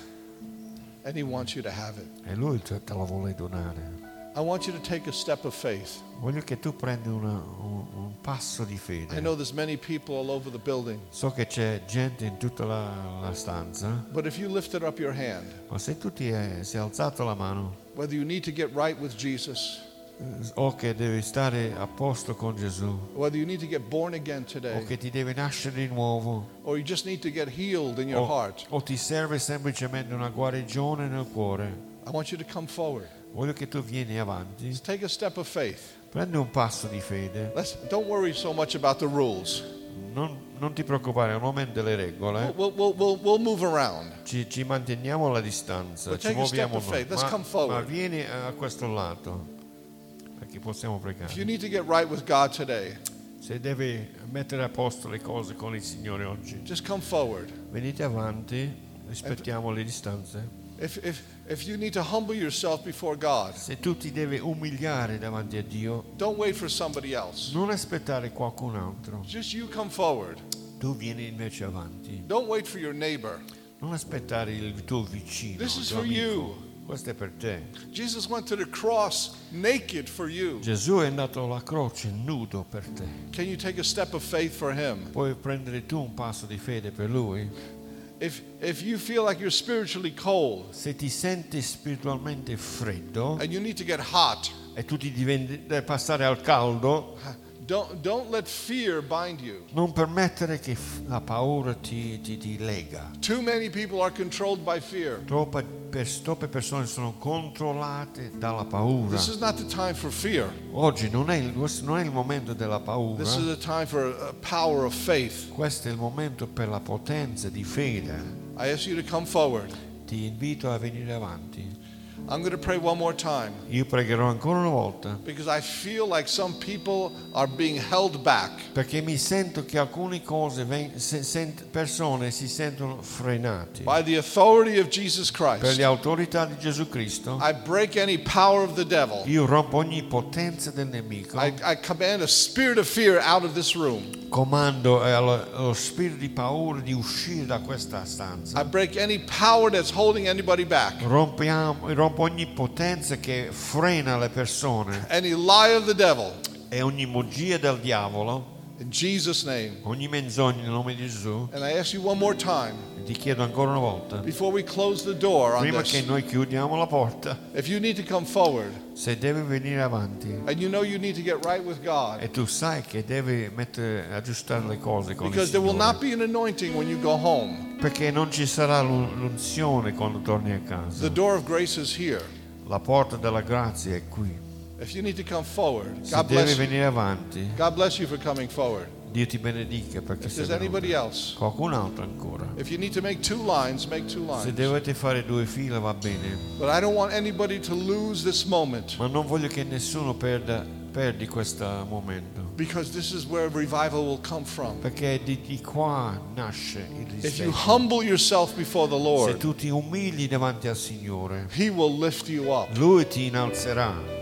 And he wants you to have it. e lui te, te la vuole donare. I want you to take a step of faith. Voglio che tu prendi una- un, un passo di I fede. know there's many people all over the building, So che c'è gente in tutta la, la stanza, but if you lifted up your hand, ma se tu ti è, sei alzato la mano whether you need to get right with Jesus, eh, o che devi stare a posto con Gesù whether you need to get born again o today, che ti devi nascere di nuovo or you just need to get healed in your o, heart, o ti serve semplicemente una guarigione nel cuore, I want you to come forward. voglio che tu vieni avanti, Just take a step of faith. prendi un passo di fede, Let's, don't worry so much about the rules. non, non ti preoccupare, non mente le regole, We'll, we'll, we'll, we'll move around. ci, ci manteniamo alla distanza, But ci take a step muoviamo of faith. noi, Let's ma, come forward. ma vieni a questo lato perché possiamo If pregare. you need to get right with God today, Se devi mettere a posto le cose con il Signore oggi, just come forward. venite avanti, rispettiamo le distanze. If, if, if you need to humble yourself before God, Se tu ti devi umiliare davanti a Dio, don't wait for somebody else. non aspettare qualcun altro. Just you come forward. Tu vieni invece avanti. Don't wait for your neighbor. Non aspettare il tuo vicino, This il is tuo for amico. you. Questo è per te. Jesus went to the cross naked for you. Gesù è andato alla croce nudo per te. Can you take a step of faith for him? Puoi prendere tu un passo di fede per Lui? If, if you feel like you're spiritually cold Se ti senti spiritualmente freddo and you need to get hot, e tu ti devi devi passare al caldo, don't, don't let fear bind you. non permettere che f- la paura ti, ti, ti lega. Too many people are controlled by fear. Troppe, pers- troppe persone sono controllate dalla paura. This is not the time for fear. Oggi non è, il, questo non è il momento della paura, This is a time for a power of faith. questo è il momento per la potenza di fede. I ask you to come forward. Ti invito a venire avanti. I'm going to pray one more time Io pregherò ancora una volta because I feel like some people are being held back. perché mi sento che alcune cose, ven- se- sent- persone si sentono frenate. By the authority of Jesus Per Christ, le autorità di Gesù Cristo, I break any power of the devil. io rompo ogni potenza del nemico. I, I command a spirit of fear out of this room. Comando eh, allo, allo spirito di paura di uscire da questa stanza. I break any power that's holding anybody back. Rompiamo, rompo ogni potenza che frena le persone Any lie of the devil. e ogni bugia del diavolo, In Jesus' name. ogni menzogna nel nome di Gesù. And I ask you one more time Ti chiedo ancora una volta, before we close the door on prima che this. noi chiudiamo la porta, If you need to come forward se devi venire avanti and you know you need to get right with God, e tu sai che devi mettere, aggiustare le cose con il because there will not Signore, be an anointing when you go home. perché non ci sarà l'un- l'unzione quando torni a The casa. door of grace is here. La porta della grazia è qui. If you need to come forward, Se God devi bless you. venire avanti, God bless you for coming forward. Dio ti benedica perché If sei there's anybody venuto. else, Qualcun altro ancora. if you need to make two lines, make two Se lines. dovete fare due file va bene, But I don't want anybody to lose this moment ma non voglio che nessuno perda, perdi questo momento, because this is where revival will come from. perché di, di qua nasce il If you risveglio. humble yourself before the Se Lord, tu ti umili davanti al Signore, He will lift you up. Lui ti innalzerà.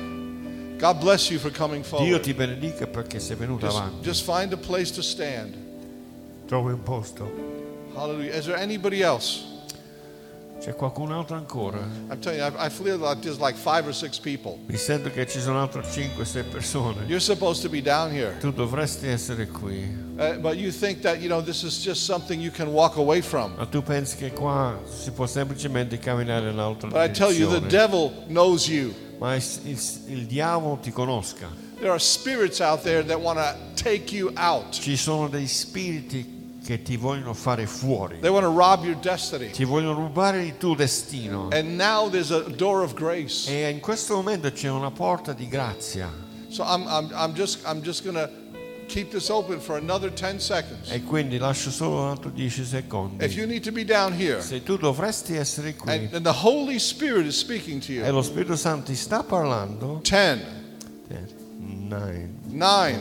God bless you for coming Dio forward. ti benedica perché sei venuto Just, avanti. just find a place to stand. Trovi un posto. Hallelujah. Is there anybody else? C'è qualcun altro ancora? I'm telling you, I, I feel like there's like five or six people. Mi sento che ci sono altre cinque sei persone. You're supposed to be down here. Tu dovresti essere qui. Uh, but you think that, you know, this is just something you can walk away from. Ma tu pensi che qua si può semplicemente camminare in un'altra But I tell you, the direzione. devil knows you. Ma il, il, il diavolo ti conosca. There are spirits out there that want to take you out. Ci sono dei spiriti che ti vogliono fare fuori. They want to rob your destiny. Ti vogliono rubare il tuo destino. And now there's a door of grace. E in questo momento c'è una porta di grazia. So I'm, I'm, I'm just, I'm just going to keep this open for another ten seconds. E quindi lascio solo un altro dieci secondi. If you need to be down here, Se tu dovresti essere qui and, and the Holy Spirit is speaking to e you. lo Spirito Santo ti sta parlando, Ten, eh, nine, nine,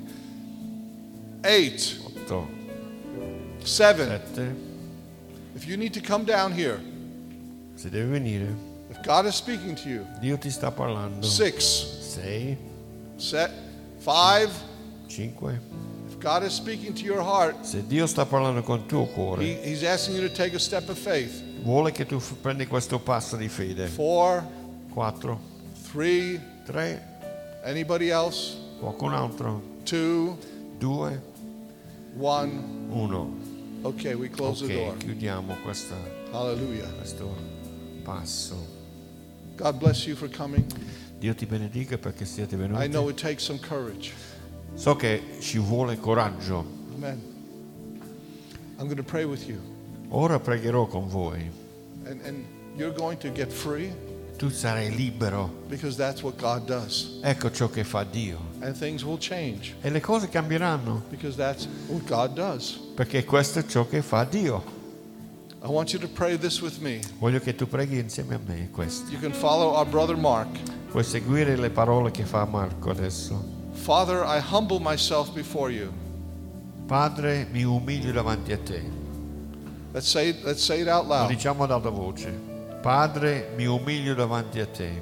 eight, otto, seven. sette, If you need to come down here, se devi venire, if God is speaking to you, Dio ti sta parlando. six, Sei, set, five. cinque. If God is speaking to your heart, Se Dio sta parlando con il tuo cuore, he, He's asking you to take a step of faith. vuole che tu f- prendi questo passo di fede. Four, Quattro, three, tre, anybody else? qualcun altro, Two, due, one. uno. Okay, we close the door. Ok, chiudiamo questa, Hallelujah. questo passo. God bless you for coming. Dio ti benedica perché siete I know venuti. it takes some courage. So che ci vuole coraggio. Amen. I'm going to pray with you. Ora pregherò con voi. And, and you're going to get free Tu sarai libero. because that's what God does. Ecco ciò che fa Dio. And things will change E le cose cambieranno because that's what God does. perché questo è ciò che fa Dio. I want you to pray this with me. Voglio che tu preghi insieme a me questo. You can follow our brother Mark. Puoi seguire le parole che fa Marco adesso. Father, I humble myself before you. Padre, mi umilio davanti a te. Let's say it, let's say it out Lo loud. diciamo ad alta voce. Padre, mi umilio davanti a te.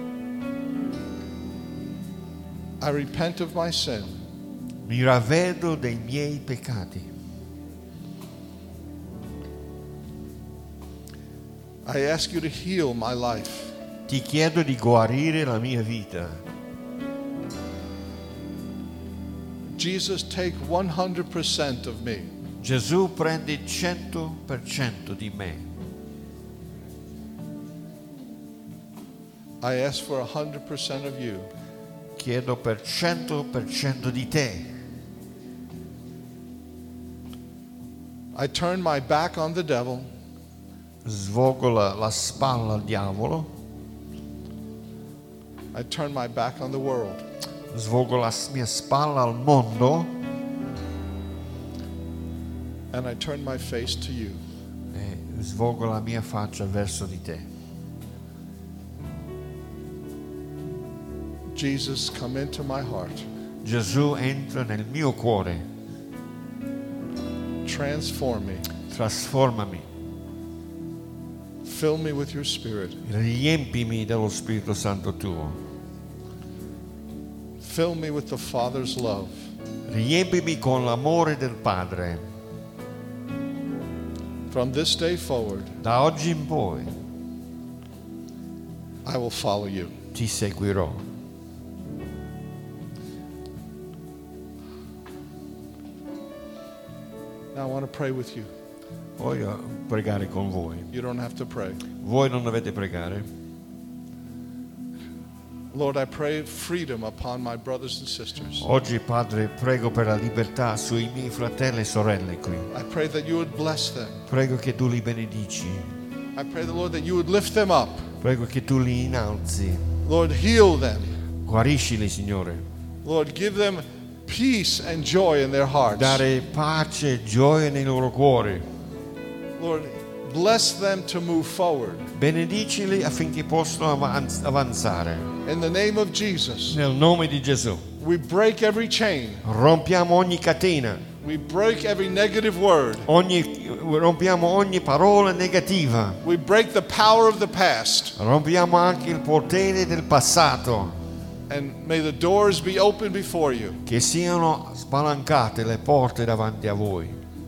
I repent of my sin. Mi ravvedo dei miei peccati. I ask you to heal my life. Ti chiedo di guarire la mia vita. Jesus, take one hundred percent of me. Gesù, prendi il cento per cento di me. I ask for one hundred percent of you. Chiedo per cento per cento di te. I turn my back on the devil. Svolgo la, la spalla al diavolo. I turn my back on the world. Svolgo la mia spalla al mondo. And I turn my face to you. E svolgo la mia faccia verso di te. Jesus, come into my heart. Gesù, entra nel mio cuore. Transform me. Trasformami. Fill me with your spirit. Riempimi dello Spirito Santo tuo. Fill me with the Father's love. Riempimi con l'amore del Padre. From this day forward, Da oggi in poi I will follow you. ti seguirò. Now I want to pray with you. Voglio pregare con voi. You don't have to pray. Voi non dovete pregare. Lord, I pray freedom upon my brothers and sisters. Oggi, Padre, prego per la libertà sui miei fratelli e sorelle qui. I pray that you would bless them. Prego che tu li benedici. I pray, the Lord, that you would lift them up. Prego che tu li innalzi. Lord, heal them. Guariscili, Signore. Lord, give them peace and joy in their hearts. Dare pace e gioia nei loro cuori. Lord, bless them to move forward. Benedicili affinché possano avanz- avanzare. In the name of Jesus, Nel nome di Gesù. we break every chain. Rompiamo ogni catena. We break every negative word. Ogni, rompiamo ogni parola negativa. We break the power of the past. Rompiamo anche il potere del passato. And may the doors be open before you. Che siano spalancate le porte davanti a voi.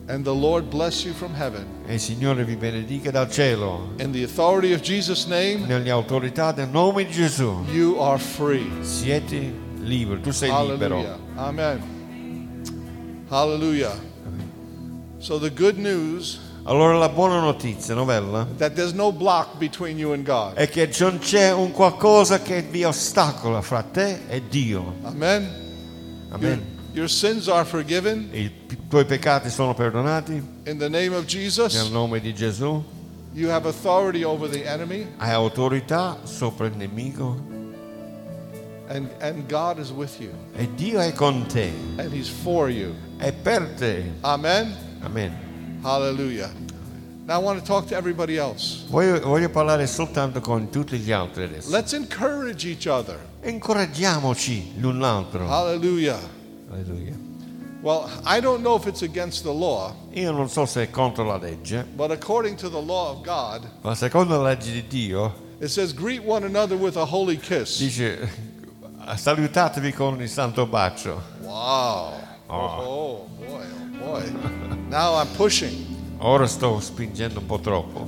And the Lord bless you from heaven. E il Signore vi benedica dal cielo. In the authority of Jesus' name, Nelle autorità del nome di Gesù. you are free. Siete liberi, tu sei libero. Hallelujah. Amen. Hallelujah. So the good news Allora la buona notizia, novella, that there's no block between you and God. è che non c'è un qualcosa che vi ostacola fra te e Dio. Amen. Your, Amen. your sins are forgiven I tuoi peccati sono perdonati in the name of nel Jesus. nome di Gesù. You have authority over the enemy, Hai autorità sopra il nemico and, and God is with you, e Dio è con te, and He's for you. è per te. Amen. Amen. Hallelujah. Now I want to talk to everybody else. Voglio, voglio parlare soltanto con tutti gli altri adesso. Let's encourage each other. Incoraggiamoci l'un l'altro. Hallelujah. Alleluia. Well, I don't know if it's against the law, Io non so se è contro la legge, but according to the law of God, ma secondo la legge di Dio it says, greet one another with a holy kiss. dice salutatevi con il santo bacio. Wow. Oh. Oh, boy, oh boy. Now I'm pushing. Ora sto spingendo un po' troppo.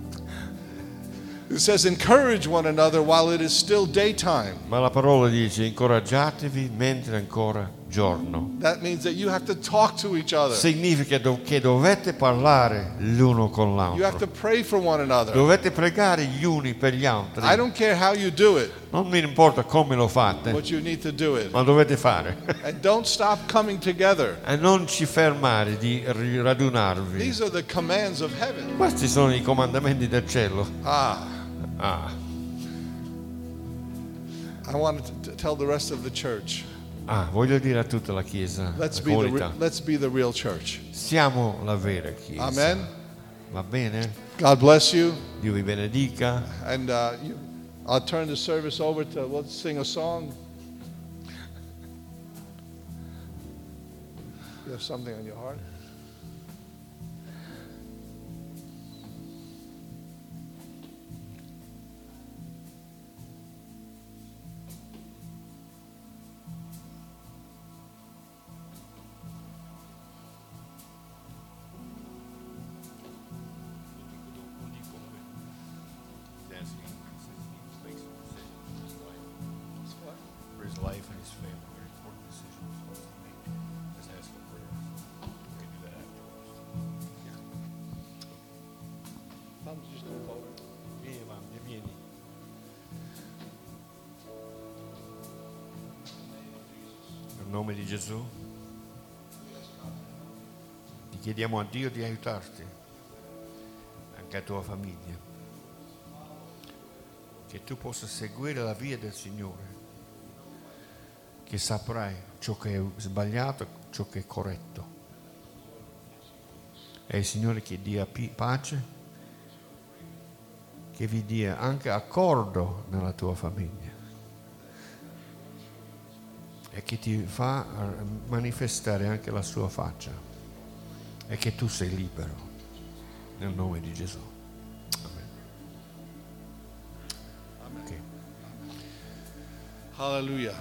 It says, encourage one another while it is still daytime. Ma la parola dice incoraggiatevi mentre è ancora giorno. That means that you have to talk to each other. Significa do- che dovete parlare l'uno con You have l'altro. to pray for one another. Dovete pregare gli uni per gli altri. I don't care how you do it, Non mi importa come lo fate, but you need to do it. ma dovete fare. And don't stop coming together. E non ci fermare di ri- radunarvi. These are the commands of heaven. Questi sono i comandamenti del cielo. Ah, Ah, I wanted to t- tell the rest of the church. ah, voglio dire a tutta la Chiesa, Let's la be the re- comunità, let's be the real church. siamo la vera Chiesa. Amen. Va bene? God bless you. Dio vi benedica. And uh, you, I'll turn the service over to let's sing a song. You have something on your heart? For his life and his family, very important decision he's supposed to make. Just ask for prayer. We can do that afterwards. Come, just come forward. Vieni, mamma, vieni. Nel nome di Gesù ti chiediamo a Dio di aiutarti, anche a tua famiglia, che tu possa seguire la via del Signore, che saprai ciò che è sbagliato, ciò che è corretto. E il Signore che dia pi- pace, che vi dia anche accordo nella tua famiglia e che ti fa manifestare anche la sua faccia e che tu sei libero nel nome di Gesù. Amen. Ok. Hallelujah.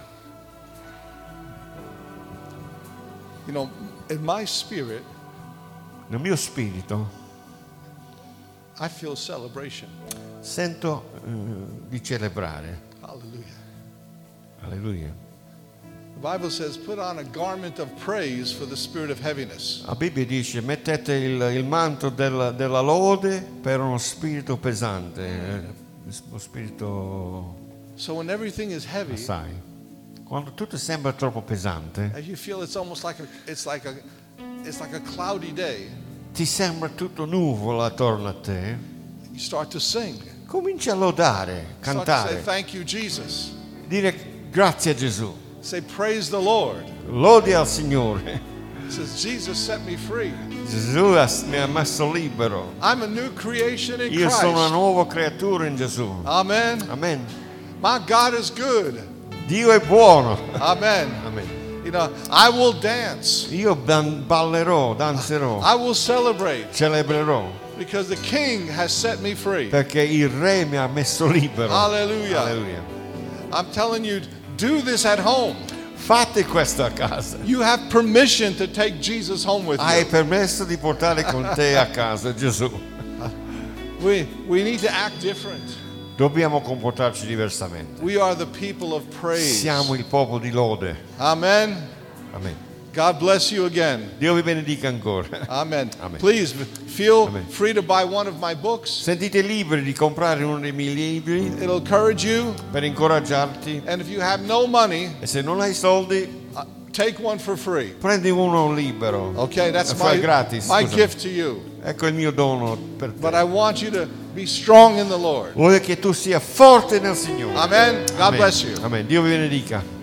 You know, in my spirit, Nel mio spirito I feel celebration. sento eh, di celebrare. Hallelujah. Alleluia. The Bible says, put on a garment of praise for the spirit of heaviness. La Bibbia dice mettete il, il manto della, della lode per uno spirito pesante, eh, uno spirito So when everything is heavy, assai. Quando tutto sembra troppo pesante, and you feel it's almost like a, it's like a, it's like a cloudy day, ti sembra tutto nuvolo attorno a te, you start to sing. comincia a lodare, Start to say, cantare, thank you, Jesus. dire grazie a Gesù, Say, praise the Lord. lodi al Signore. It says, Jesus set me free. Gesù ha- mi ha messo libero. I'm a new creation in Io sono una Christ. nuova creatura in Gesù. Amen. Amen. My God is good. Dio è buono. Amen. Amen. You know, I will dance. Io dan- ballerò, danzerò, I will celebrate celebrerò, because the King has set me free. perché il Re mi ha messo libero. Hallelujah. Alleluia. I'm telling you, do this at home. Fate questo a casa. You have permission to take Jesus home with Hai you. permesso di portare con te a casa Gesù. We, we need to act different. Dobbiamo comportarci diversamente. We are the people of praise. Siamo il popolo di lode. Amen. Amen. God bless you again. Dio vi benedica ancora. Amen. Amen. Please feel Amen. free to buy one of my books. Sentite liberi di comprare uno dei miei libri It'll encourage you. per incoraggiarti. And if you have no money, E se non hai soldi, uh, take one for free. prendi uno libero. Okay, that's Fai my, gratis, my scusa. gift to you. Ecco il mio dono per But te. I want you to be strong in the Lord. Voglio che tu sia forte nel Signore. Amen. God Amen. bless you. Amen. Dio vi benedica.